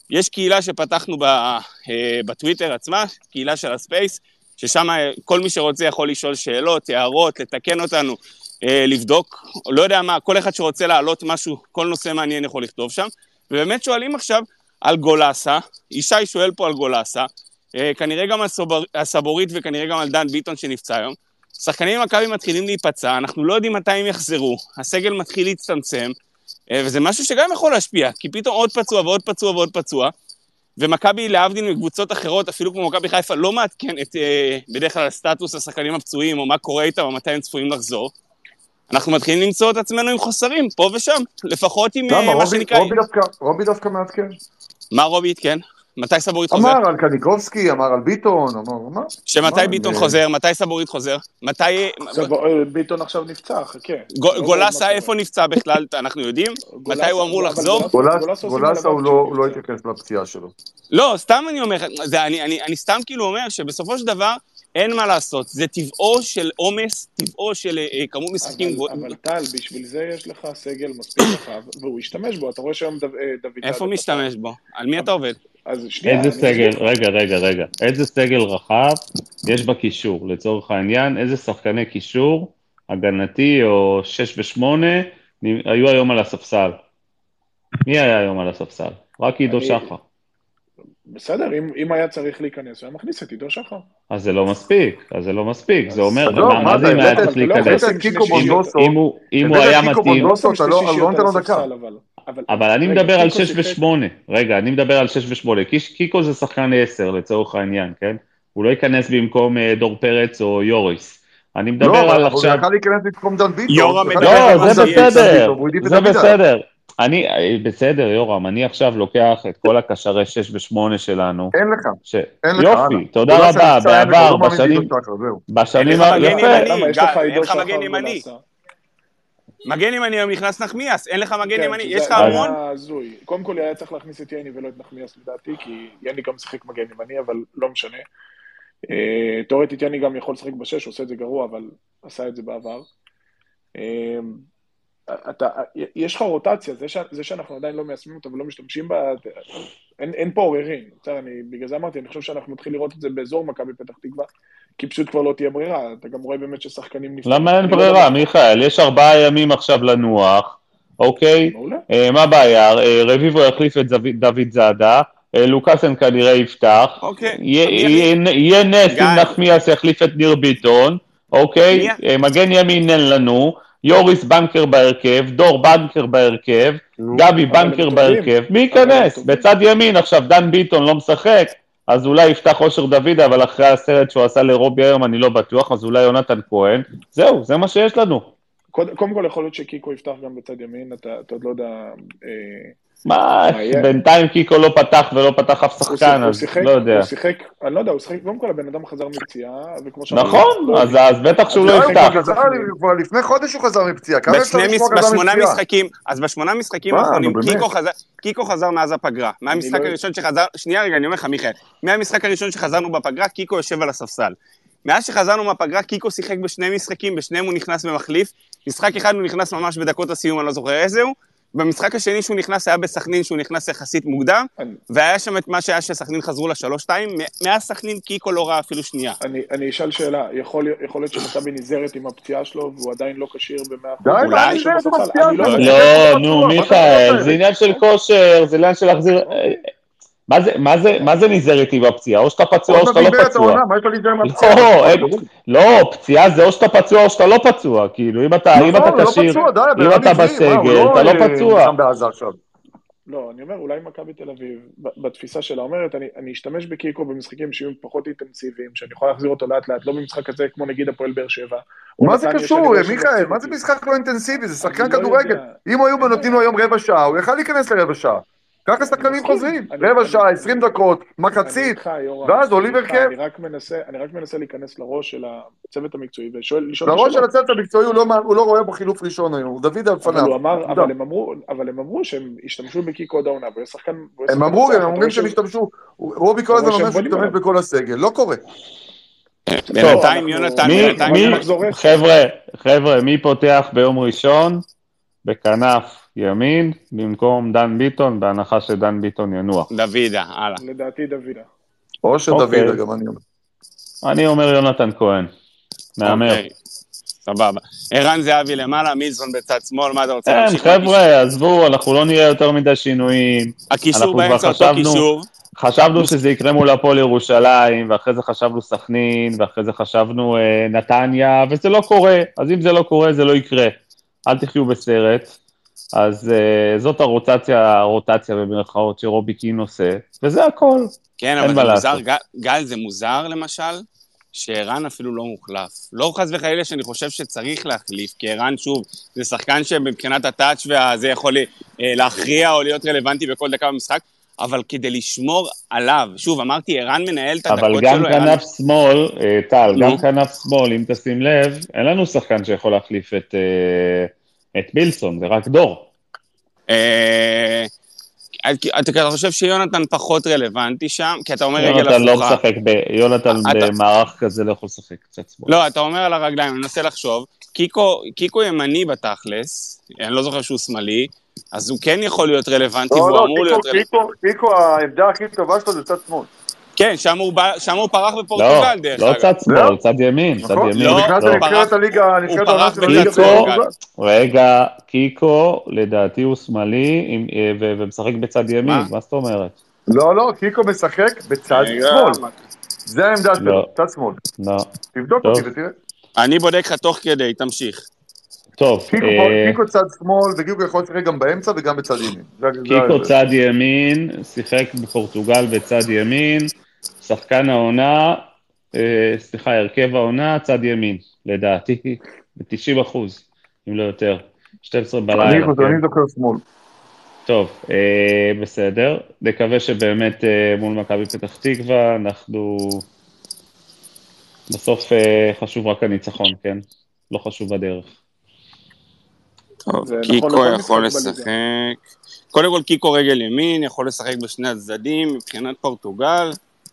יש קהילה שפתחנו בטוויטר עצמה, קהילה של הספייס, ששם כל מי שרוצה יכול לשאול שאלות, הערות, לתקן אותנו, לבדוק, לא יודע מה, כל אחד שרוצה להעלות משהו, כל נושא מעניין יכול לכתוב שם, ובאמת שואלים עכשיו על גולסה, ישי שואל פה על גולסה, כנראה גם על הסבורית וכנראה גם על דן ביטון שנפצע היום, שחקנים מכבי מתחילים להיפצע, אנחנו לא יודעים מתי הם יחזרו, הסגל מתחיל להצטמצם, וזה משהו שגם יכול להשפיע, כי פתאום עוד פצוע ועוד פצוע ועוד פצוע, ומכבי להבדיל מקבוצות אחרות, אפילו כמו מכבי חיפה, לא מעדכנת בדרך כלל סטטוס השחקנים הפצועים, או מה קורה איתם, או מתי הם צפויים לחזור. אנחנו מתחילים למצוא את עצמנו עם חוסרים, פה ושם, לפחות עם מה שנקרא... רובי דווקא מעדכן. מה רובי התקן? מתי סבורית חוזר? אמר על קניקובסקי, אמר על ביטון, אמר... שמתי ביטון חוזר? מתי סבורית חוזר? מתי... ביטון עכשיו נפצע, חכה. גולסה איפה נפצע בכלל, אנחנו יודעים? מתי הוא אמור לחזור? גולסה הוא לא התייחס לפציעה שלו. לא, סתם אני אומר, אני סתם כאילו אומר שבסופו של דבר אין מה לעשות, זה טבעו של עומס, טבעו של כמות משחקים. אבל טל, בשביל זה יש לך סגל מספיק רחב, והוא ישתמש בו, אתה רואה שהיום דוד... איפה משתמש בו? על מי אתה עובד? איזה סגל, רגע, איזה סגל רחב יש בקישור, לצורך העניין, איזה שחקני קישור, הגנתי או 6 ו8, היו היום על הספסל? מי היה היום על הספסל? רק עידו שחר. בסדר, אם היה צריך להיכנס, הוא היה מכניס את עידו שחר. אז זה לא מספיק, זה אומר, מה זה אם היה צריך להיכנס? אם הוא היה מתאים... אבל אני מדבר על 6 ו8, רגע, אני מדבר על 6 ו8, קיקו זה שחקן 10 לצורך העניין, כן? הוא לא ייכנס במקום דור פרץ או יוריס. אני מדבר על עכשיו... לא, אבל הוא יכול להיכנס במקום דן ביטון. לא, זה בסדר. בסדר, יורם, אני עכשיו לוקח את כל הקשרי 6 ו8 שלנו. אין לך. יופי, תודה רבה, בעבר, בשנים... אין לך מגן ימני. מגן ימני היום נכנס נחמיאס, אין לך מגן ימני, יש לך המון? קודם כל היה צריך להכניס את יני ולא את נחמיאס לדעתי, כי יני גם שחק מגן ימני, אבל לא משנה. תיאורטית יני גם יכול לשחק ב6, עושה את זה גרוע, אבל עשה את זה בעבר. יש לך רוטציה, זה שאנחנו עדיין לא מיישמים אותה ולא משתמשים בה, אין פה עוררין. בגלל זה אמרתי, אני חושב שאנחנו נתחיל לראות את זה באזור מכבי פתח תקווה, כי פשוט כבר לא תהיה ברירה, אתה גם רואה באמת ששחקנים נפתחים. למה אין ברירה, מיכאל? יש 4 ימים עכשיו לנוח, אוקיי? מה הבעיה? רביבו יחליף את דוד זאדה, לוקאסן כנראה יפתח, יהיה נס אם נחמיאס יחליף את ניר ביטון, אוקיי? מגן ימין אין לנו, יוריס בנקר בהרכב, דור בנקר בהרכב, גבי בנקר בהרכב, מי ייכנס? בצד ימין עכשיו דן ביטון לא משחק, אז אולי יפתח אושר דוד, אבל אחרי הסרט שהוא עשה לרובי היום אני לא בטוח, אז אולי יונתן כהן, זהו, זה מה שיש לנו. קודם כל יכול להיות שקיקו יפתח גם בצד ימין, אתה עוד לא יודע... מה, בינתיים קיקו לא פתח ולא פתח אף שחקן, אז לא יודע. הוא שיחק, אני לא יודע, הוא שיחק, קודם כל הבן אדם חזר מפציעה, וכמו שאמרתי... נכון, אז בטח שהוא לא יפתח. לפני חודש הוא חזר מפציעה, בשמונה משחקים, אז בשמונה משחקים האחרונים, קיקו חזר מאז הפגרה. מהמשחק הראשון שחזר, שנייה רגע, אני אומר לך מיכאל, מהמשחק הראשון שחזרנו בפגרה, קיקו יושב על הספסל. מאז שחזרנו מהפגרה, קיקו שיחק בשני משחקים, בשניהם הוא נכנס במחליף, משחק אחד הוא נכנס ממש בדקות הסיום, אני לא זוכר איזהו, במשחק השני שהוא נכנס היה בסכנין, שהוא נכנס יחסית מוקדם, והיה שם את מה שהיה שסכנין חזרו ל3-2, מהסכנין קיקו לא ראה אפילו שנייה. אני אשאל שאלה, יכול להיות שמכבי נזהרת עם הפציעה שלו, והוא עדיין לא כשיר ב100%? אולי? לא, נו, מיכאל, זה עניין של כושר, זה עניין של להחזיר... מה זה נזהרת עם הפציעה? או שאתה פצוע או שאתה לא פצוע. לא, פציעה זה או שאתה פצוע או שאתה לא פצוע, כאילו, אם אתה קשיר, אם אתה בסגל, אתה לא פצוע. לא, אני אומר, אולי מכבי תל אביב, בתפיסה שלה אומרת, אני אשתמש בקיקו במשחקים שיהיו פחות אינטנסיביים, שאני יכול להחזיר אותו לאט לאט, לא במשחק הזה כמו נגיד הפועל באר שבע. מה זה קשור, מיכאל? מה זה משחק לא אינטנסיבי? זה שחקן כדורגל. אם היו נותנים לו היום רבע שעה, הוא יכל להיכנס לרבע שעה. ככה שחקנים חוזרים, רבע שעה, 20 דקות, מחצית, ואז עולים הרכב. אני רק מנסה להיכנס לראש של הצוות המקצועי, ולשאול... לראש של הצוות המקצועי הוא לא רואה בו חילוף ראשון היום, הוא דוד על פניו. אבל הם אמרו שהם השתמשו בקיקו עוד העונה, והוא שחקן... הם אומרים שהם השתמשו, רובי כל הזמן אומר שהוא השתמש בכל הסגל, לא קורה. בינתיים, יונתן, חבר'ה, מי פותח ביום ראשון? בכנף ימין, במקום דן ביטון, בהנחה שדן ביטון ינוח. דוידה, הלאה. לדעתי דוידה. או שדוד, אוקיי. גם אני אומר. אני אומר יונתן כהן. מהמר. אוקיי, סבבה. ערן זהבי למעלה, מילסון בצד שמאל, מה אתה רוצה אין, להמשיך? חבר'ה, עזבו, אנחנו לא נהיה יותר מדי שינויים. הקישור אנחנו כבר באמצע אותו קישור. חשבנו שזה יקרה מול הפועל ירושלים, ואחרי זה חשבנו סכנין, ואחרי זה חשבנו נתניה, וזה לא קורה. אז אם זה לא קורה, זה לא יקרה. אל תחיו בסרט. אז זאת הרוטציה במרכאות שרובי קין עושה, וזה הכל. כן, אבל זה מוזר, גל, זה מוזר למשל, שערן אפילו לא מוחלף. לא חס וחלילה שאני חושב שצריך להחליף, כי ערן שוב, זה שחקן שמבחינת הטאץ' וזה יכול להכריע או להיות רלוונטי בכל דקה במשחק, אבל כדי לשמור עליו, שוב, אמרתי, ערן מנהל את הדקות שלו. אבל גם כנף שמאל, טל, גם כנף שמאל, אם תשים לב, אין לנו שחקן שיכול להחליף את מילסון, זה רק דור. אתה חושב שיונתן פחות רלוונטי שם? כי אתה אומר רגל הפוכה. יונתן במערך כזה לא יכול לשחק קצת שמאל. לא, אתה אומר על הרגליים, אני מנסה לחשוב. קיקו ימני בתכלס, אני לא זוכר שהוא שמאלי, אז הוא כן יכול להיות רלוונטי, והוא אמור להיות רלוונטי. קיקו, העמדה הכי טובה שלו זה צד שמאל. כן, שם הוא פרח בפורטוגל דרך אגב. לא צד שמאל, צד ימין. לא, הוא פרח בפורטוגל. רגע, קיקו, לדעתי הוא שמאלי, ומשחק בצד ימין, מה זאת אומרת? לא, קיקו משחק בצד שמאל. זה העמדה שלו, צד שמאל. לא. תבדוק אותי ותראה. אני בודק לך תוך כדי, תמשיך. טוב. קיקו צד שמאל, וקיקו יכול לשחק גם באמצע וגם בצד ימין. קיקו צד ימין, שיחק בפורטוגל בצד ימין, שחקן העונה, הרכב העונה, צד ימין, לדעתי, ב-90%, אם לא יותר, 12 בלילה. אני זוכר שמאל. טוב, בסדר, נקווה שבאמת מול מכבי פתח תקווה, אנחנו, בסוף חשוב רק הניצחון, כן? לא חשוב בדרך. טוב, קיקו יכול לשחק, קודם כל קיקו רגל ימין, יכול לשחק בשני הצדדים, מבחינת פורטוגל,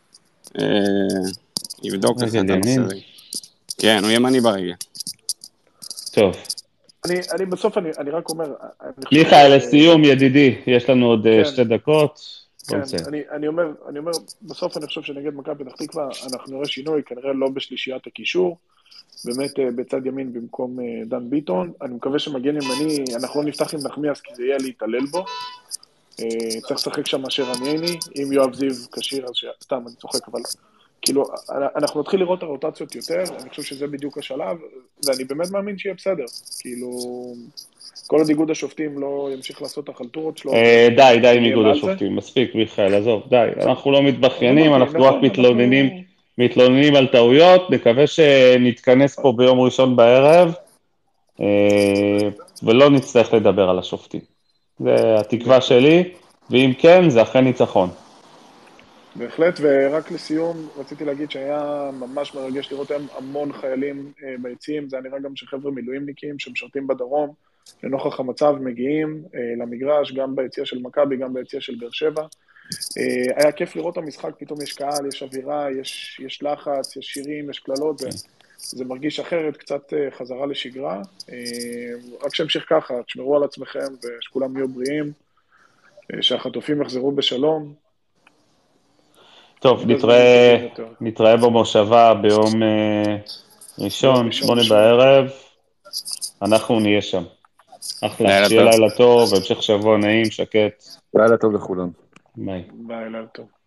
יבדוק איך אתה נושא. כן, הוא ימני ברגל. טוב. אני בסוף, אני רק אומר... מיכאל, לסיום ידידי, יש לנו עוד 2 דקות. כן, אני אומר, בסוף אני חושב שנגד מכבי פתח תקווה, אנחנו נראה שינוי, כנראה לא בשלישיית הקישור, באמת בצד ימין במקום דן ביטון, אני מקווה שמגן ימני, אנחנו לא נפתח עם נחמיאס כי זה יהיה להתעלל בו, צריך לשחק שם אשר ענייני, אם יואב זיו קשיר אז סתם אני צוחק, אבל כאילו אנחנו נתחיל לראות הרוטציות יותר, אני חושב שזה בדיוק השלב, ואני באמת מאמין שיהיה בסדר, כאילו כל עוד איגוד השופטים לא ימשיך לעשות את החלטורות שלו. די עם איגוד השופטים, מספיק מיכאל, עזוב, די, אנחנו לא מתבכיינים, אנחנו רק מתלוננים על טעויות, נקווה שנתכנס פה ביום ראשון בערב, ולא נצטרך לדבר על השופטים. זה התקווה שלי, ואם כן, זה אכן ניצחון. בהחלט, ורק לסיום, רציתי להגיד שהיה ממש מרגש לראות היום המון חיילים ביציעים, זה היה נראה גם שחבר'ה מילואימניקים שמשרתים בדרום, לנוכח המצב מגיעים למגרש, גם ביציע של מכבי, גם ביציע של באר שבע. היה כיף לראות המשחק, פתאום יש קהל, יש אווירה, יש לחץ, יש שירים, יש קללות, זה מרגיש אחרת, קצת חזרה לשגרה. רק שהמשיך ככה, תשמרו על עצמכם ושכולם יהיו בריאים, שהחטופים יחזרו בשלום. טוב, נתראה במושבה ביום ראשון, 8 בערב, אנחנו נהיה שם. אחלה, שיהיה לילה טוב, המשך שבוע נעים, שקט. לילה טוב לכולם. ביי. ביי, לילה טוב.